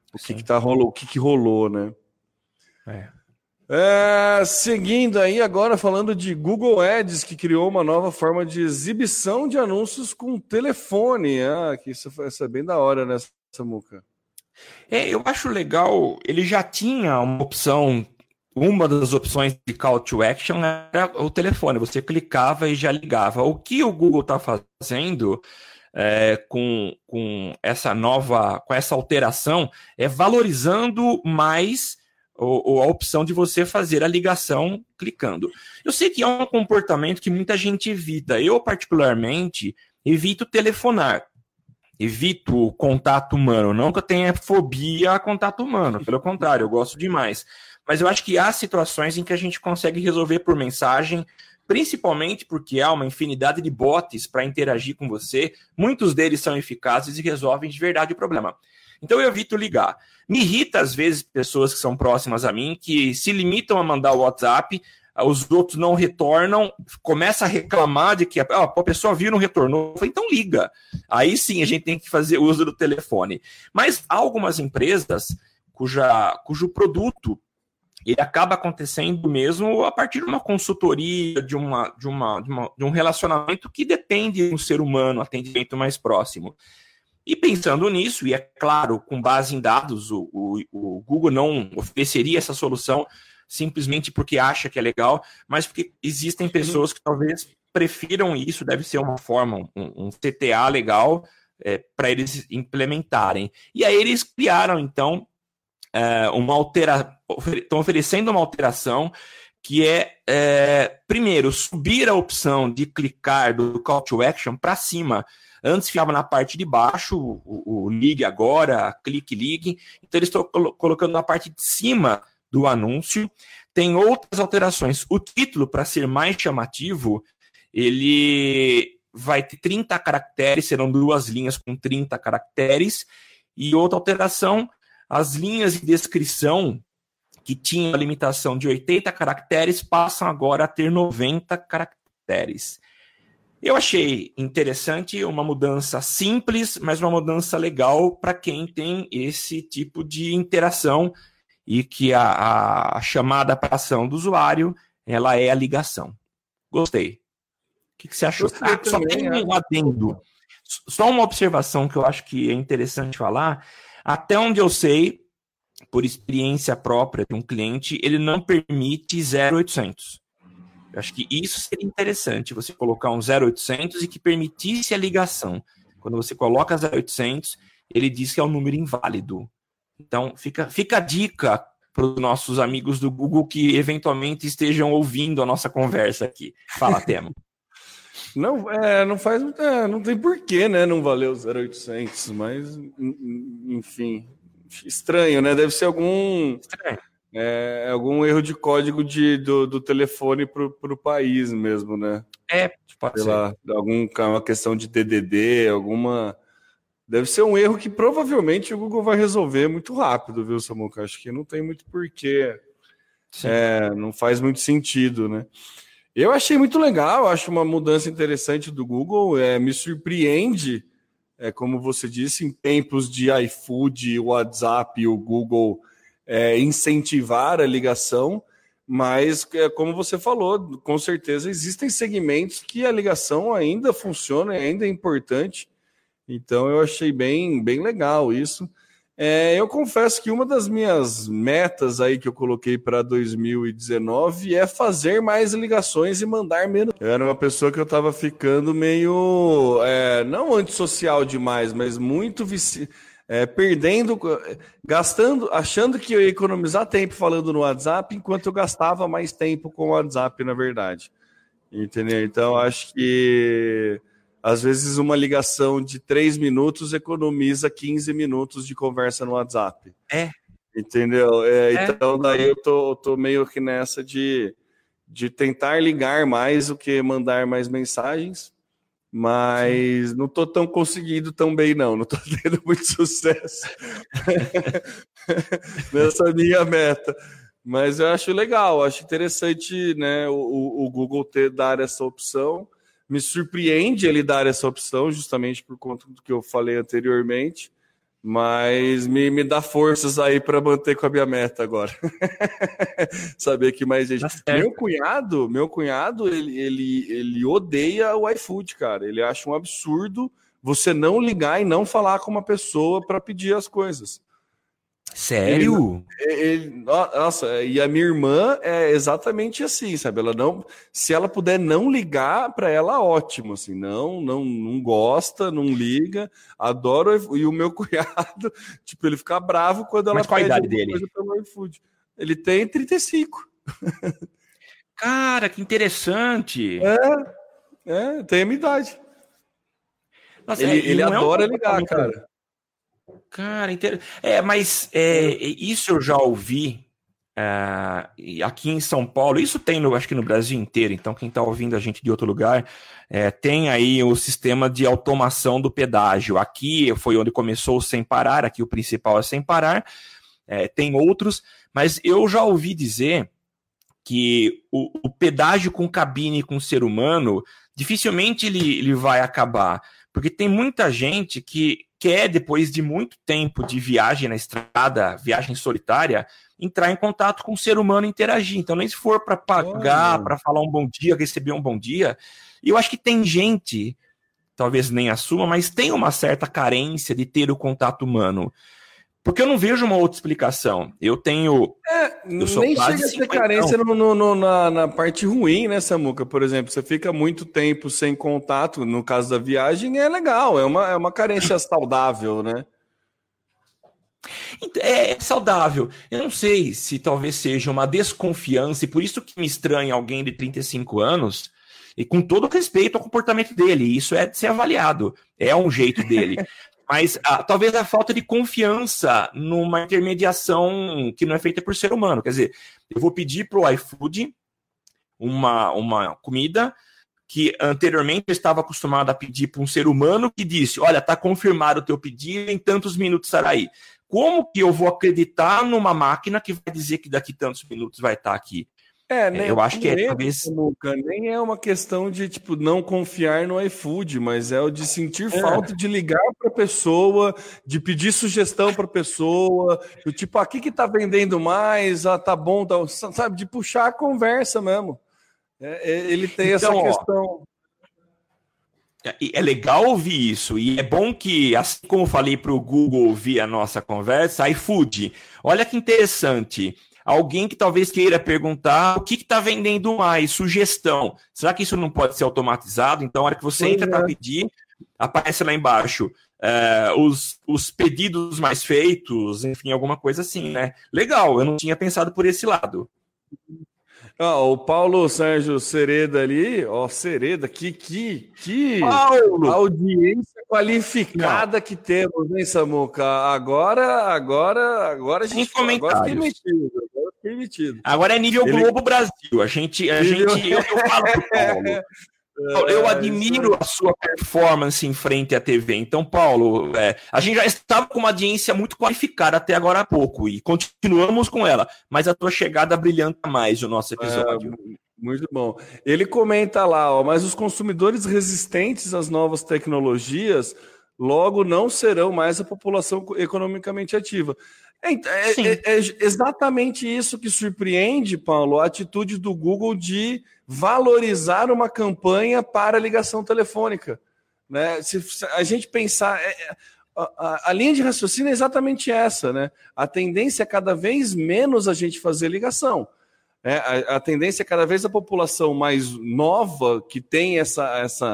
que rolou, né? Seguindo aí, agora falando de Google Ads, que criou uma nova forma de exibição de anúncios com telefone. Que isso é bem da hora, né, Samuca? Eu acho legal, ele já tinha uma das opções de call to action era o telefone, você clicava e já ligava. O que o Google está fazendo com essa alteração é valorizando mais a opção de você fazer a ligação clicando. Eu sei que é um comportamento que muita gente evita. Eu, particularmente, evito telefonar. Evito o contato humano. Não que eu tenha fobia a contato humano. Pelo contrário, eu gosto demais. Mas eu acho que há situações em que a gente consegue resolver por mensagem, principalmente porque há uma infinidade de bots para interagir com você. Muitos deles são eficazes e resolvem de verdade o problema. Então eu evito ligar. Me irrita, às vezes, pessoas que são próximas a mim, que se limitam a mandar o WhatsApp, os outros não retornam, começa a reclamar de que a pessoa viu e não retornou. Eu falei, então liga. Aí sim a gente tem que fazer uso do telefone. Mas há algumas empresas cujo produto ele acaba acontecendo mesmo a partir de uma consultoria, de um relacionamento que depende de um ser humano, atendimento mais próximo. E pensando nisso, e é claro, com base em dados, o Google não ofereceria essa solução simplesmente porque acha que é legal, mas porque existem pessoas que talvez prefiram isso, deve ser uma forma, um CTA legal para eles implementarem. E aí eles criaram, então, estão oferecendo uma alteração que primeiro, subir a opção de clicar do call to action para cima. Antes ficava na parte de baixo, o ligue agora, clique, ligue. Então eles estão colocando na parte de cima do anúncio. Tem outras alterações. O título, para ser mais chamativo, ele vai ter 30 caracteres, serão 2 linhas com 30 caracteres. E outra alteração, as linhas de descrição, que tinham a limitação de 80 caracteres, passam agora a ter 90 caracteres. Eu achei interessante, uma mudança simples, mas uma mudança legal para quem tem esse tipo de interação e que a chamada para ação do usuário, ela é a ligação. Gostei. O que você achou? Só tem um adendo. Só uma observação que eu acho que é interessante falar. Até onde eu sei, por experiência própria de um cliente, ele não permite 0800. Eu acho que isso seria interessante, você colocar um 0800 e que permitisse a ligação. Quando você coloca 0800, ele diz que é um número inválido. Então, fica a dica para os nossos amigos do Google que eventualmente estejam ouvindo a nossa conversa aqui. Fala, Temo. Não, não faz, não tem porquê, né, não valer o 0800, mas, enfim, estranho, né? Deve ser algum erro de código do telefone para o país mesmo, né? Pode ser. Lá, uma questão de DDD, deve ser um erro que provavelmente o Google vai resolver muito rápido, viu, Samuca? Acho que não tem muito porquê. Não faz muito sentido, né? Eu achei muito legal, acho uma mudança interessante do Google, me surpreende, como você disse, em tempos de iFood, WhatsApp e o Google incentivar a ligação, mas, como você falou, com certeza existem segmentos que a ligação ainda funciona, ainda é importante, então eu achei bem, bem legal isso. Eu confesso que uma das minhas metas aí que eu coloquei para 2019 é fazer mais ligações e mandar menos. Eu era uma pessoa que eu estava ficando meio, não antissocial demais, mas muito perdendo, gastando, achando que eu ia economizar tempo falando no WhatsApp, enquanto eu gastava mais tempo com o WhatsApp, na verdade. Entendeu? Então, acho que às vezes uma ligação de 3 minutos economiza 15 minutos de conversa no WhatsApp. Entendeu? Então, daí eu tô meio que nessa de tentar ligar mais do que mandar mais mensagens, mas não tô tão conseguindo tão bem, não tô tendo muito sucesso nessa minha meta. Mas eu acho legal, acho interessante, né, o Google dar essa opção. Me surpreende ele dar essa opção, justamente por conta do que eu falei anteriormente, mas me dá forças aí para manter com a minha meta agora. Saber que mais gente. Meu cunhado, ele odeia o iFood, cara. Ele acha um absurdo você não ligar e não falar com uma pessoa para pedir as coisas. Sério? Nossa, e a minha irmã é exatamente assim, sabe? Se ela puder não ligar, para ela ótimo, assim, não gosta, não liga, adoro. E o meu cunhado, tipo, ele fica bravo quando ela pede alguma dele? Coisa pelo iFood. Ele tem 35. Cara, que interessante. Tem a minha idade. Nossa, ele adora ligar, cara. Cara, mas isso eu já ouvi aqui em São Paulo. Isso tem, acho que no Brasil inteiro. Então, quem está ouvindo a gente de outro lugar, tem aí o sistema de automação do pedágio. Aqui foi onde começou o Sem Parar. Aqui o principal é Sem Parar. Tem outros, mas eu já ouvi dizer que o pedágio com cabine com ser humano, dificilmente ele vai acabar. Porque tem muita gente que quer, depois de muito tempo de viagem na estrada, viagem solitária, entrar em contato com o ser humano e interagir. Então, nem se for para pagar, para falar um bom dia, receber um bom dia. E eu acho que tem gente, talvez nem assuma, mas tem uma certa carência de ter o contato humano. Porque eu não vejo uma outra explicação. Eu sou nem quase chega a ser carência na parte ruim, né, Samuca? Por exemplo, você fica muito tempo sem contato, no caso da viagem, é legal, é uma carência saudável, né? É saudável. Eu não sei se talvez seja uma desconfiança, e por isso que me estranha alguém de 35 anos, e com todo respeito ao comportamento dele, isso é de ser avaliado, é um jeito dele. Mas talvez a falta de confiança numa intermediação que não é feita por ser humano. Quer dizer, eu vou pedir para o iFood uma comida que anteriormente eu estava acostumado a pedir para um ser humano que disse, olha, está confirmado o teu pedido, em tantos minutos estará aí. Como que eu vou acreditar numa máquina que vai dizer que daqui tantos minutos vai estar aqui? Eu acho que talvez... Nem é uma questão de tipo não confiar no iFood, mas é o de sentir falta de ligar para a pessoa, de pedir sugestão para a pessoa, do tipo, aqui que tá vendendo mais, tá bom, sabe, de puxar a conversa mesmo. Ele tem essa questão. É legal ouvir isso, e é bom que, assim como eu falei para o Google ouvir a nossa conversa, iFood, olha que interessante. Alguém que talvez queira perguntar o que está vendendo mais, sugestão. Será que isso não pode ser automatizado? Então, a hora que você entra para pedir, aparece lá embaixo os pedidos mais feitos, enfim, alguma coisa assim, né? Legal, eu não tinha pensado por esse lado. O Paulo Sérgio Sereda ali, Sereda, que Paulo! Audiência qualificada que temos, hein, Samuca? Agora a gente fiquei metido. Agora é nível Globo Brasil. A gente eu falo pro Paulo. Eu admiro a sua performance em frente à TV. Então, Paulo, a gente já estava com uma audiência muito qualificada até agora há pouco e continuamos com ela, mas a tua chegada brilhanta mais o nosso episódio. Muito bom. Ele comenta lá, mas os consumidores resistentes às novas tecnologias logo não serão mais a população economicamente ativa. É exatamente isso que surpreende, Paulo, a atitude do Google de valorizar uma campanha para ligação telefônica. Né? Se a gente pensar, a linha de raciocínio é exatamente essa, né? A tendência é cada vez menos a gente fazer ligação. A tendência é cada vez a população mais nova, que tem essa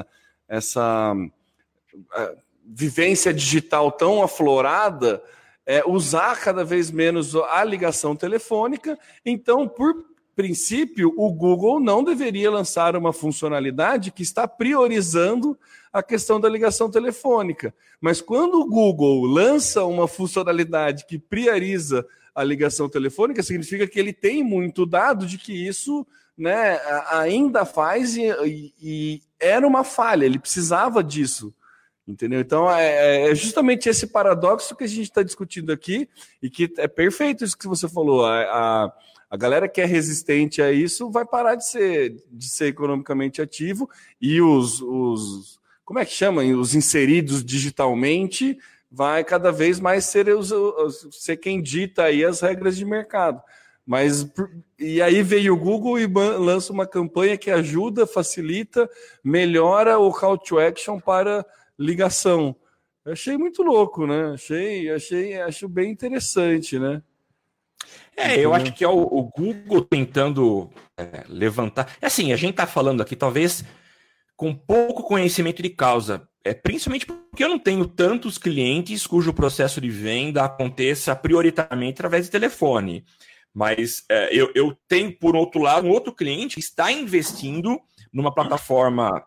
vivência digital tão aflorada, usar cada vez menos a ligação telefônica. Então, por princípio, o Google não deveria lançar uma funcionalidade que está priorizando a questão da ligação telefônica. Mas quando o Google lança uma funcionalidade que prioriza a ligação telefônica, significa que ele tem muito dado de que isso, né, ainda faz e era uma falha, ele precisava disso. Entendeu? Então, é justamente esse paradoxo que a gente está discutindo aqui e que é perfeito isso que você falou. A galera que é resistente a isso vai parar de ser economicamente ativo e como é que chama? Os inseridos digitalmente vai cada vez mais ser quem dita aí as regras de mercado. E aí veio o Google e lança uma campanha que ajuda, facilita, melhora o call to action para ligação. Eu achei muito louco, né? Acho bem interessante, né? Eu acho que é o Google tentando levantar. Assim, a gente tá falando aqui, talvez, com pouco conhecimento de causa. Principalmente porque eu não tenho tantos clientes cujo processo de venda aconteça prioritariamente através de telefone. Mas eu tenho, por outro lado, um outro cliente que está investindo numa plataforma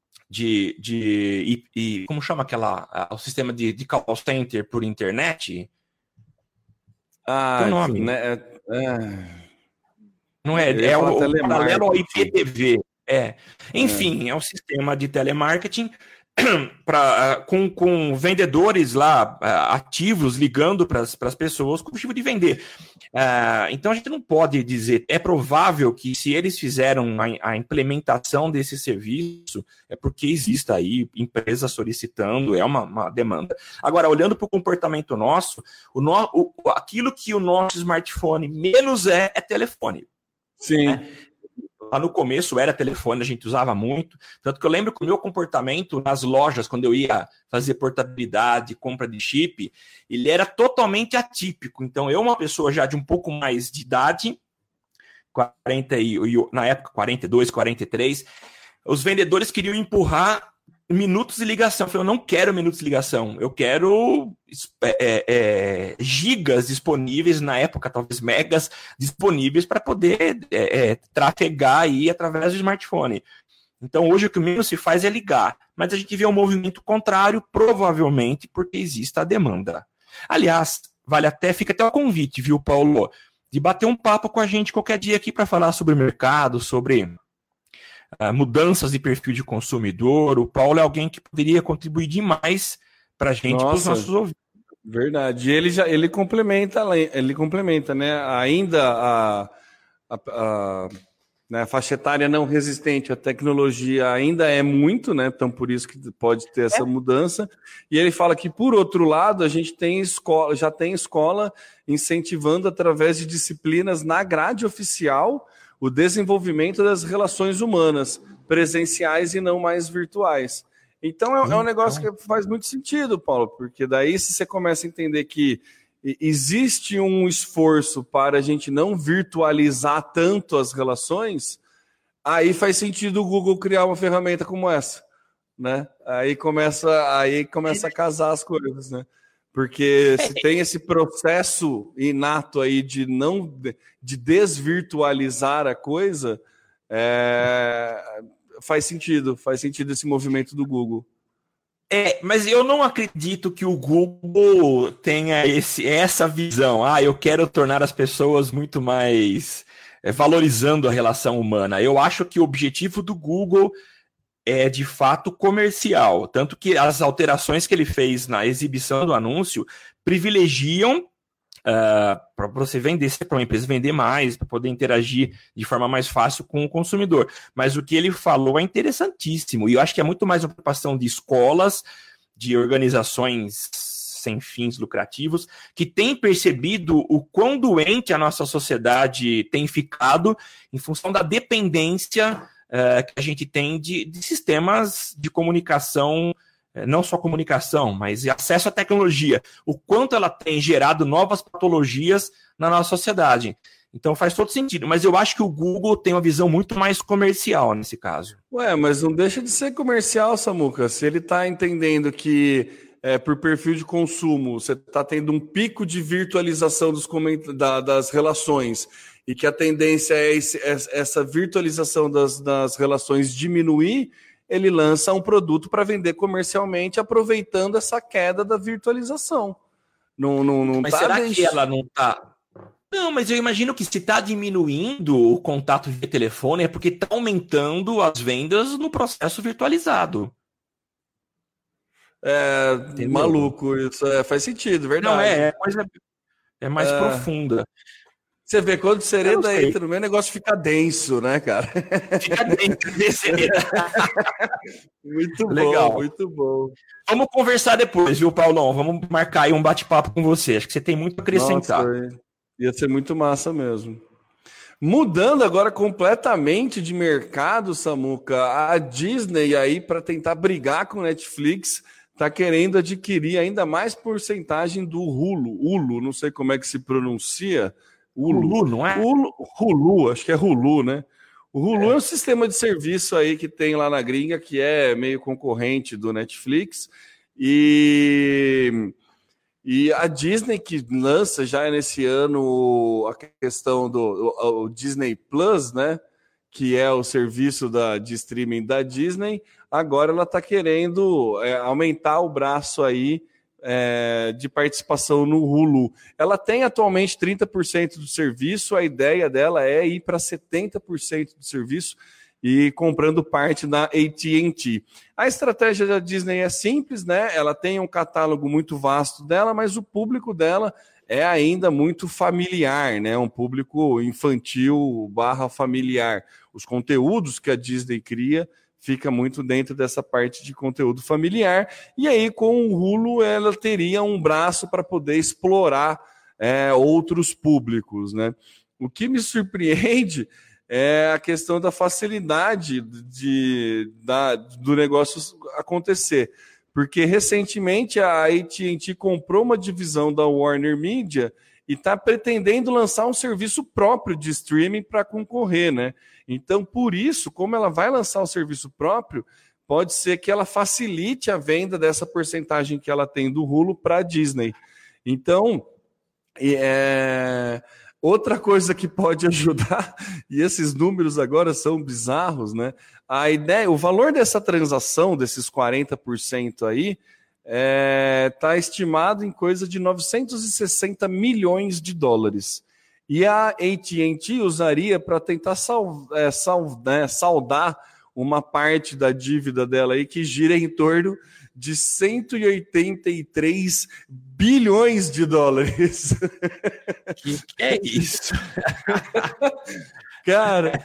como chama o sistema de call center por internet? Que nome? Não é o paralelo ao IPTV. Enfim, é um sistema de telemarketing com vendedores lá ativos ligando para as pessoas com o objetivo de vender. Então a gente não pode dizer, é provável que se eles fizeram a implementação desse serviço, é porque existe aí empresa solicitando, é uma demanda. Agora, olhando para o comportamento nosso, aquilo que o nosso smartphone menos é telefone. Sim. Né? Lá no começo era telefone, a gente usava muito, tanto que eu lembro que o meu comportamento nas lojas, quando eu ia fazer portabilidade, compra de chip, ele era totalmente atípico. Então, eu, uma pessoa já de um pouco mais de idade, na época 42, 43, os vendedores queriam empurrar minutos de ligação. Eu falei, eu não quero minutos de ligação, eu quero gigas disponíveis, na época talvez megas disponíveis para poder trafegar aí através do smartphone. Então hoje o que menos se faz é ligar, mas a gente vê um movimento contrário, provavelmente porque existe a demanda. Aliás, fica até o convite, viu, Paulo, de bater um papo com a gente qualquer dia aqui para falar sobre o mercado, sobre mudanças de perfil de consumidor. O Paulo é alguém que poderia contribuir demais para a gente, para os nossos ouvintes. Verdade. E ele complementa, né? Ainda a faixa etária não resistente à tecnologia ainda é muito, né? Então, por isso que pode ter essa mudança. E ele fala que, por outro lado, a gente já tem escola incentivando, através de disciplinas na grade oficial, o desenvolvimento das relações humanas, presenciais e não mais virtuais. Então, é um negócio que faz muito sentido, Paulo, porque daí se você começa a entender que existe um esforço para a gente não virtualizar tanto as relações, aí faz sentido o Google criar uma ferramenta como essa. né? Aí começa a casar as coisas, né? Porque se tem esse processo inato aí de desvirtualizar a coisa, faz sentido esse movimento do Google. Mas eu não acredito que o Google tenha essa visão. Eu quero tornar as pessoas muito mais valorizando a relação humana. Eu acho que o objetivo do Google é de fato comercial. Tanto que as alterações que ele fez na exibição do anúncio privilegiam para você vender, para uma empresa vender mais, para poder interagir de forma mais fácil com o consumidor. Mas o que ele falou é interessantíssimo, e eu acho que é muito mais uma preocupação de escolas, de organizações sem fins lucrativos, que têm percebido o quão doente a nossa sociedade tem ficado em função da dependência que a gente tem de sistemas de comunicação, não só comunicação, mas acesso à tecnologia, o quanto ela tem gerado novas patologias na nossa sociedade. Então faz todo sentido, mas eu acho que o Google tem uma visão muito mais comercial nesse caso. Mas não deixa de ser comercial, Samuca. Se ele está entendendo que por perfil de consumo você está tendo um pico de virtualização das relações e que a tendência é essa virtualização das relações diminuir, ele lança um produto para vender comercialmente, aproveitando essa queda da virtualização. Mas será que ela não está... Não, mas eu imagino que se está diminuindo o contato via telefone é porque está aumentando as vendas no processo virtualizado. Maluco, isso faz sentido, verdade. Não, é mais profunda. Você vê, quando o Sereda entra no meu negócio, fica denso, né, cara? Fica denso. Muito legal. Bom, muito bom. Vamos conversar depois, viu, Paulão? Vamos marcar aí um bate-papo com você. Acho que você tem muito a acrescentar. Nossa, ia ser muito massa mesmo. Mudando agora completamente de mercado, Samuca, a Disney aí, para tentar brigar com o Netflix, está querendo adquirir ainda mais porcentagem do Hulu, não sei como é que se pronuncia. Hulu, não é? Hulu, acho que é Hulu, né? O Hulu é um sistema de serviço aí que tem lá na gringa, que é meio concorrente do Netflix. E a Disney, que lança já nesse ano a questão do Disney Plus, né? Que é o serviço de streaming da Disney, agora ela está querendo aumentar o braço aí de participação no Hulu. Ela tem atualmente 30% do serviço, a ideia dela é ir para 70% do serviço e comprando parte da AT&T. A estratégia da Disney é simples, né? Ela tem um catálogo muito vasto dela, mas o público dela é ainda muito familiar, né? Um público infantil / familiar. Os conteúdos que a Disney cria fica muito dentro dessa parte de conteúdo familiar, e aí com o Hulu ela teria um braço para poder explorar outros públicos, né? O que me surpreende é a questão da facilidade do negócio acontecer, porque recentemente a AT&T comprou uma divisão da Warner Media e está pretendendo lançar um serviço próprio de streaming para concorrer, né? Então, por isso, como ela vai lançar um serviço próprio, pode ser que ela facilite a venda dessa porcentagem que ela tem do Hulu para a Disney. Então, outra coisa que pode ajudar, e esses números agora são bizarros, né? A ideia, o valor dessa transação, desses 40% aí, está estimado em coisa de 960 milhões de dólares. E a AT&T usaria para tentar saldar uma parte da dívida dela aí que gira em torno de 183 bilhões de dólares. Que é isso? Cara,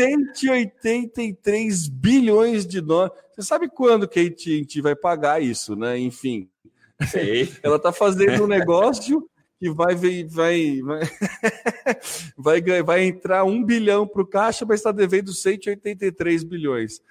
183 bilhões de dólares. Você sabe quando que a AT&T vai pagar isso, né? Enfim. Sei. Ela está fazendo um negócio que vai entrar 1 bilhão para o caixa, mas está devendo 183 bilhões.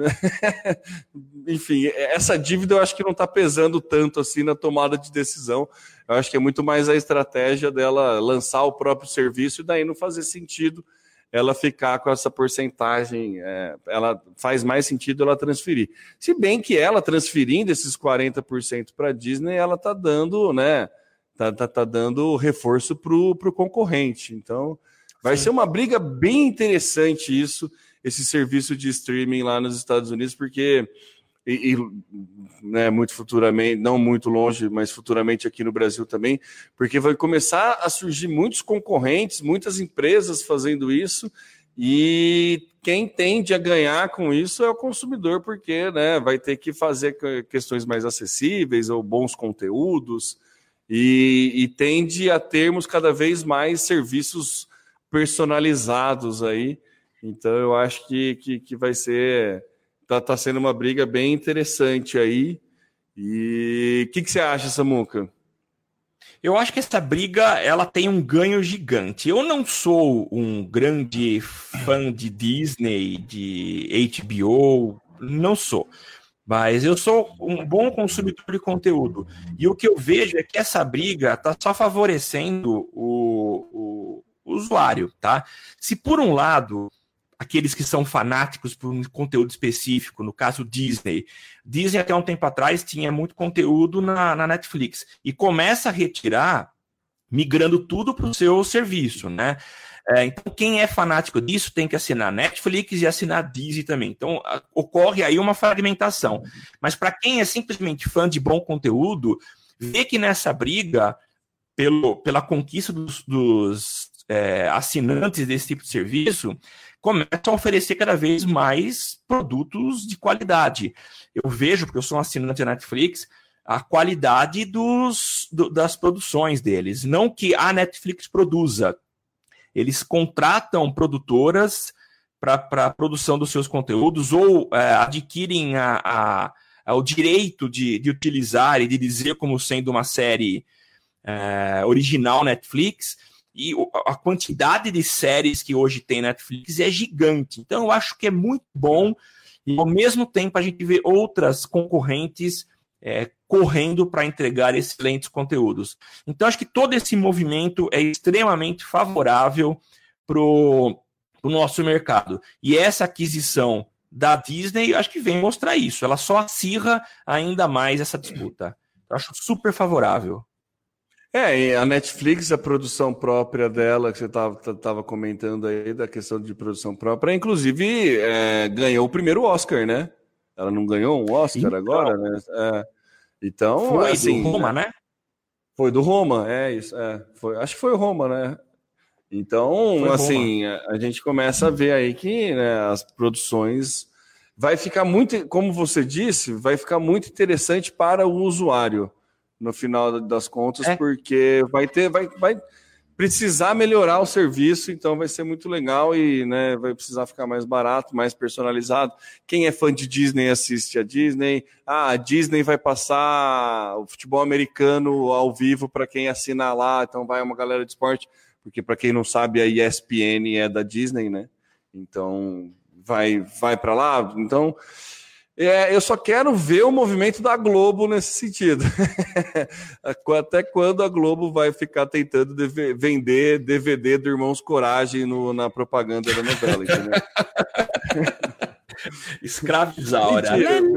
Enfim, essa dívida eu acho que não está pesando tanto assim na tomada de decisão. Eu acho que é muito mais a estratégia dela lançar o próprio serviço e daí não fazer sentido ela ficar com essa porcentagem, ela faz mais sentido ela transferir. Se bem que ela transferindo esses 40% para a Disney, ela está dando, né, tá dando reforço para o concorrente. Então, vai ser uma briga bem interessante esse serviço de streaming lá nos Estados Unidos, porque né, muito futuramente, não muito longe, mas futuramente aqui no Brasil também, porque vai começar a surgir muitos concorrentes, muitas empresas fazendo isso, e quem tende a ganhar com isso é o consumidor, porque, né, vai ter que fazer questões mais acessíveis ou bons conteúdos, e tende a termos cada vez mais serviços personalizados aí. Então eu acho que vai ser... Tá sendo uma briga bem interessante aí. E o que você acha, Samuca? Eu acho que essa briga ela tem um ganho gigante. Eu não sou um grande fã de Disney, de HBO, não sou. Mas eu sou um bom consumidor de conteúdo. E o que eu vejo é que essa briga está só favorecendo o usuário, tá? Se por um lado... aqueles que são fanáticos por um conteúdo específico, no caso Disney. Disney até um tempo atrás tinha muito conteúdo na Netflix e começa a retirar, migrando tudo para o seu serviço, né? Então, quem é fanático disso tem que assinar Netflix e assinar Disney também. Então, ocorre aí uma fragmentação. Mas para quem é simplesmente fã de bom conteúdo, vê que nessa briga, pela conquista dos assinantes desse tipo de serviço, começam a oferecer cada vez mais produtos de qualidade. Eu vejo, porque eu sou um assinante da Netflix, a qualidade das produções deles. Não que a Netflix produza. Eles contratam produtoras para a produção dos seus conteúdos ou adquirem o direito de utilizar e de dizer como sendo uma série original Netflix. E a quantidade de séries que hoje tem Netflix é gigante. Então, eu acho que é muito bom. E, ao mesmo tempo, a gente vê outras concorrentes correndo para entregar excelentes conteúdos. Então, acho que todo esse movimento é extremamente favorável para o nosso mercado. E essa aquisição da Disney, acho que vem mostrar isso. Ela só acirra ainda mais essa disputa. Eu acho super favorável. E a Netflix, a produção própria dela, que você estava comentando aí, da questão de produção própria, inclusive ganhou o primeiro Oscar, né? Ela não ganhou um Oscar então, agora, né? Então, foi assim, do Roma, né? Foi do Roma, isso. Acho que foi o Roma, né? Então, foi assim, a gente começa a ver aí que, né, as produções vai ficar muito, como você disse, vai ficar muito interessante para o usuário. No final das contas, porque vai precisar melhorar o serviço, então vai ser muito legal e, né, vai precisar ficar mais barato, mais personalizado. Quem é fã de Disney assiste a Disney. A Disney vai passar o futebol americano ao vivo para quem assinar lá, então vai uma galera de esporte, porque para quem não sabe, a ESPN é da Disney, né? Então vai para lá. Então eu só quero ver o movimento da Globo nesse sentido. Até quando a Globo vai ficar tentando vender DVD do Irmãos Coragem na propaganda da novela, entendeu? Escravizaura.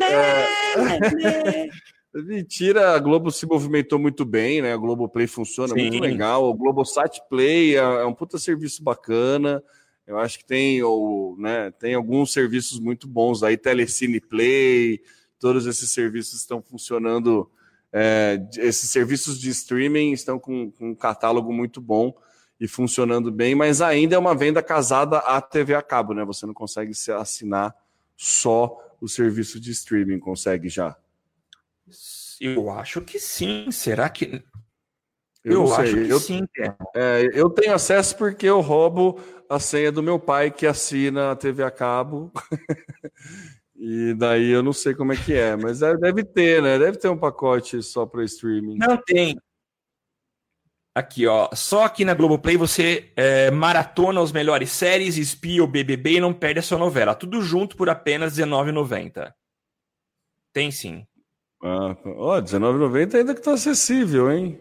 Mentira, a Globo se movimentou muito bem, né? A Globoplay funciona muito legal. O Globosat Play é um puta serviço bacana. Eu acho que tem alguns serviços muito bons aí, Telecine Play, todos esses serviços estão funcionando, esses serviços de streaming estão com um catálogo muito bom e funcionando bem, mas ainda é uma venda casada à TV a cabo, né? Você não consegue assinar só o serviço de streaming, consegue já? Eu acho que sim, será que... Eu acho que sim. Eu tenho acesso porque eu roubo a senha do meu pai, que assina a TV a cabo. E daí eu não sei como é que é, mas deve ter, né? Deve ter um pacote só para streaming. Não tem. Aqui, ó. Só aqui na Globoplay você maratona as melhores séries, espia o BBB e não perde a sua novela. Tudo junto por apenas R$19,90. Tem sim. R$19,90 ainda que tá acessível, hein?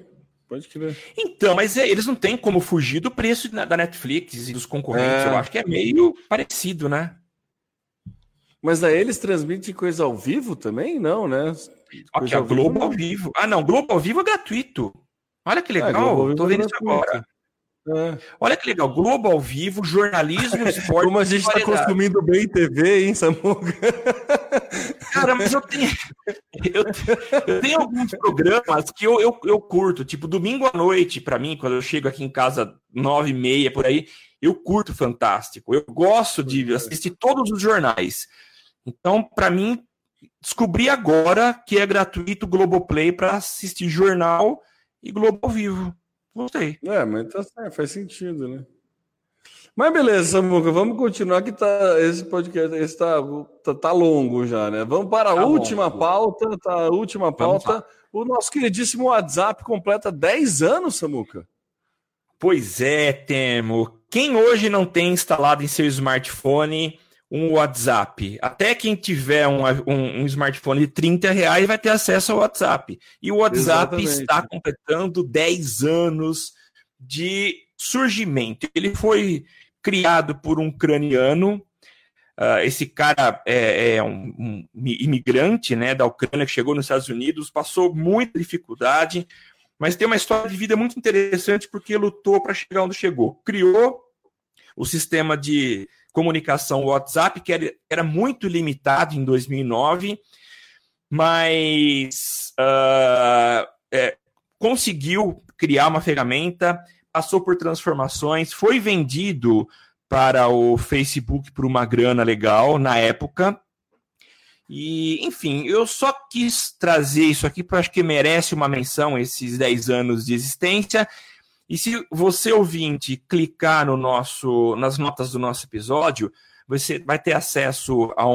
Pode crer. Então, mas eles não têm como fugir do preço da Netflix e dos concorrentes. Eu acho que é meio parecido, né? Mas aí eles transmitem coisa ao vivo também? Não, né? Aqui, a Globo ao vivo. Ah, não, Globo ao vivo é gratuito. Olha que legal, tô vendo isso agora. Olha que legal, Globo ao vivo, jornalismo, esporte. Como a gente está consumindo bem TV, hein, Samuca? Cara, mas eu tenho alguns programas que eu curto, tipo domingo à noite, para mim, quando eu chego aqui em casa 9h30, por aí, eu curto Fantástico. Eu gosto de assistir todos os jornais. Então, para mim, descobri agora que é gratuito o Globoplay para assistir jornal e Globo ao vivo. Gostei. Mas tá certo, faz sentido, né? Mas beleza, Samuca, vamos continuar que esse podcast tá longo já, né? Vamos para a última pauta, a última pauta. O nosso queridíssimo WhatsApp completa 10 anos, Samuca. Pois é, Temo. Quem hoje não tem instalado em seu smartphone um WhatsApp? Até quem tiver um smartphone de R$30 vai ter acesso ao WhatsApp. E o WhatsApp está completando 10 anos de surgimento. Ele foi criado por um ucraniano. Esse cara é um imigrante, né, da Ucrânia que chegou nos Estados Unidos, passou muita dificuldade, mas tem uma história de vida muito interessante porque lutou para chegar onde chegou. Criou o sistema de comunicação WhatsApp, que era muito limitado em 2009, mas conseguiu criar uma ferramenta, passou por transformações, foi vendido para o Facebook por uma grana legal na época. E, enfim, eu só quis trazer isso aqui porque eu acho que merece uma menção, esses 10 anos de existência. E se você, ouvinte, clicar nas notas do nosso episódio, você vai ter acesso a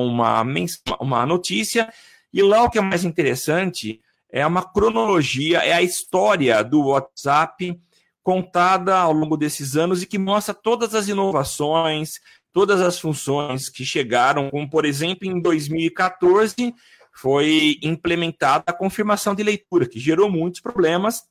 uma notícia. E lá o que é mais interessante é uma cronologia, é a história do WhatsApp contada ao longo desses anos e que mostra todas as inovações, todas as funções que chegaram, como, por exemplo, em 2014 foi implementada a confirmação de leitura, que gerou muitos problemas,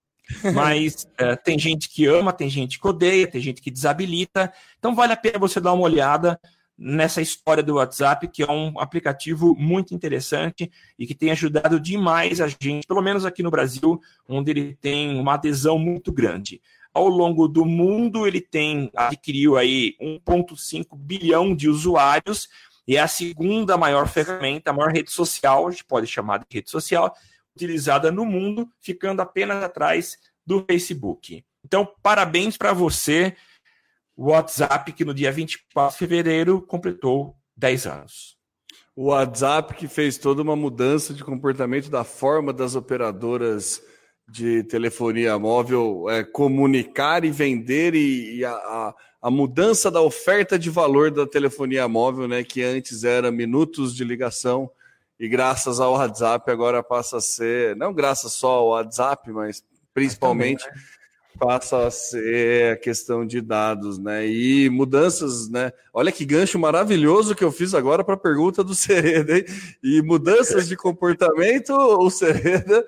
mas tem gente que ama, tem gente que odeia, tem gente que desabilita, então vale a pena você dar uma olhada nessa história do WhatsApp, que é um aplicativo muito interessante e que tem ajudado demais a gente, pelo menos aqui no Brasil, onde ele tem uma adesão muito grande. Ao longo do mundo, ele adquiriu aí 1,5 bilhão de usuários e é a segunda maior ferramenta, a maior rede social, a gente pode chamar de rede social, utilizada no mundo, ficando apenas atrás do Facebook. Então, parabéns para você, o WhatsApp, que no dia 24 de fevereiro completou 10 anos. O WhatsApp que fez toda uma mudança de comportamento da forma das operadoras de telefonia móvel comunicar e vender e a mudança da oferta de valor da telefonia móvel, né, que antes era minutos de ligação e graças ao WhatsApp agora passa a ser, não graças só ao WhatsApp, mas principalmente passa a ser a questão de dados, né? E mudanças, né? Olha que gancho maravilhoso que eu fiz agora para a pergunta do Sereda, hein? E mudanças de comportamento, o Sereda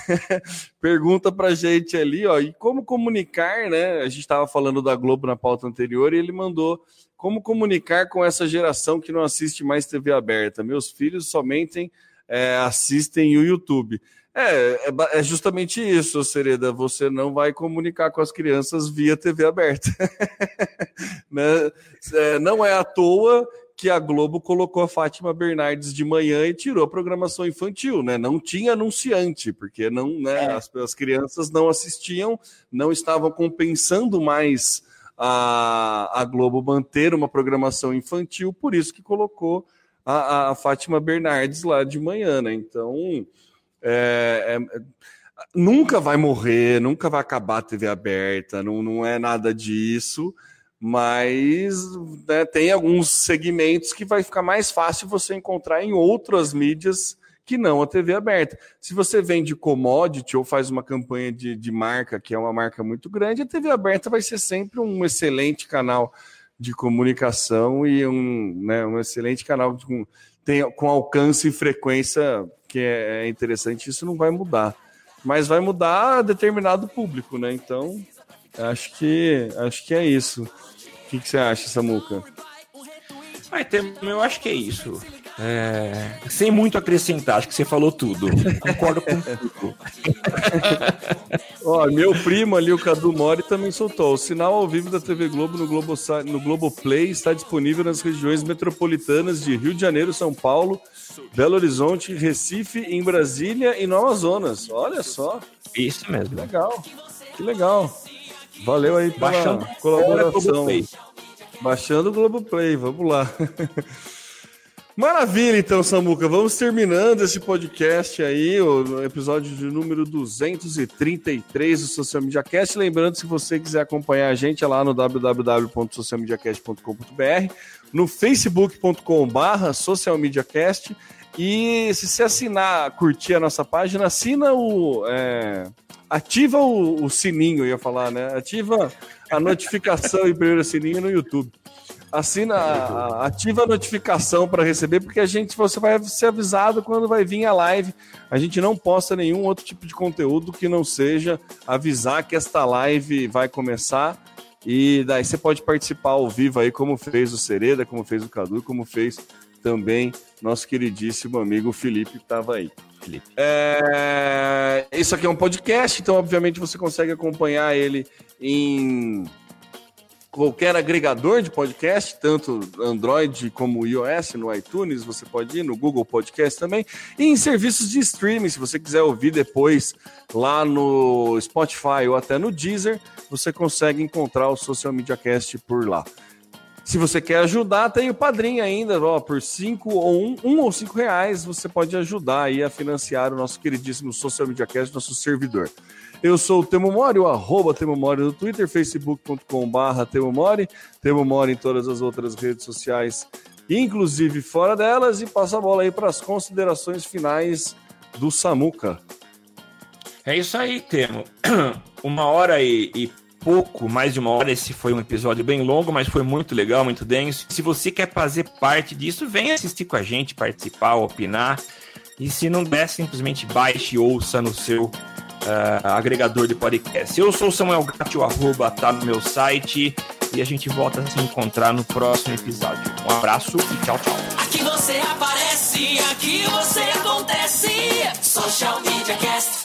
pergunta para a gente ali, ó, e como comunicar, né? A gente estava falando da Globo na pauta anterior e ele mandou como comunicar com essa geração que não assiste mais TV aberta. Meus filhos somente assistem o YouTube. É justamente isso, Sereda. Você não vai comunicar com as crianças via TV aberta. Né? Não é à toa que a Globo colocou a Fátima Bernardes de manhã e tirou a programação infantil, né? Não tinha anunciante, porque não, né? As crianças não assistiam, não estavam compensando mais a Globo manter uma programação infantil, por isso que colocou a Fátima Bernardes lá de manhã, né? Então... nunca vai morrer, nunca vai acabar a TV aberta, não é nada disso, mas né, tem alguns segmentos que vai ficar mais fácil você encontrar em outras mídias que não a TV aberta. Se você vende commodity ou faz uma campanha de marca, que é uma marca muito grande, a TV aberta vai ser sempre um excelente canal de comunicação e um excelente canal com alcance e frequência que é interessante, isso não vai mudar. mas vai mudar determinado público, né? Então, acho que é isso. O que você acha, Samuca? Eu acho que é isso. Sem muito acrescentar, acho que você falou tudo. Concordo com tudo. Ó, meu primo ali, o Cadu Mori, também soltou. O sinal ao vivo da TV Globo no Globoplay está disponível nas regiões metropolitanas de Rio de Janeiro, São Paulo, Belo Horizonte, Recife, em Brasília e no Amazonas. Olha só. Isso mesmo. Que legal. Valeu aí pela colaboração. Baixando o Globoplay, vamos lá. Maravilha, então, Samuca. Vamos terminando esse podcast aí, o episódio de número 233 do Social Media Cast. Lembrando, se você quiser acompanhar a gente, é lá no www.socialmediacast.com.br, no facebook.com/socialmediacast. E se você curtir a nossa página, ativa o sininho, eu ia falar, né? Ativa a notificação e primeiro sininho no YouTube. Ativa a notificação para receber, porque você vai ser avisado quando vai vir a live. A gente não posta nenhum outro tipo de conteúdo que não seja avisar que esta live vai começar. E daí você pode participar ao vivo aí, como fez o Sereda, como fez o Cadu, como fez também nosso queridíssimo amigo Felipe, que estava aí. Isso aqui é um podcast, então obviamente você consegue acompanhar ele em qualquer agregador de podcast, tanto Android como iOS, no iTunes, você pode ir no Google Podcast também, e em serviços de streaming, se você quiser ouvir depois lá no Spotify ou até no Deezer, você consegue encontrar o Social Media Cast por lá. Se você quer ajudar, tem o Padrim ainda, por $1 ou R$5, você pode ajudar aí a financiar o nosso queridíssimo Social Media Cast, nosso servidor. Eu sou o Temo Mori, o @Temo Mori no Twitter, facebook.com/Temo Mori, Temo Mori em todas as outras redes sociais, inclusive fora delas, e passa a bola aí para as considerações finais do Samuca. É isso aí, Temo. 1h e pouco, mais de 1 hora. Esse foi um episódio bem longo, mas foi muito legal, muito denso. Se você quer fazer parte disso, vem assistir com a gente, participar, opinar. E se não der, simplesmente baixe e ouça no seu agregador de podcast. Eu sou o Samuel Gatti, o @ tá no meu site, e a gente volta a se encontrar no próximo episódio. Um abraço e tchau, tchau. Aqui você aparece, aqui você acontece. Social Media Cast.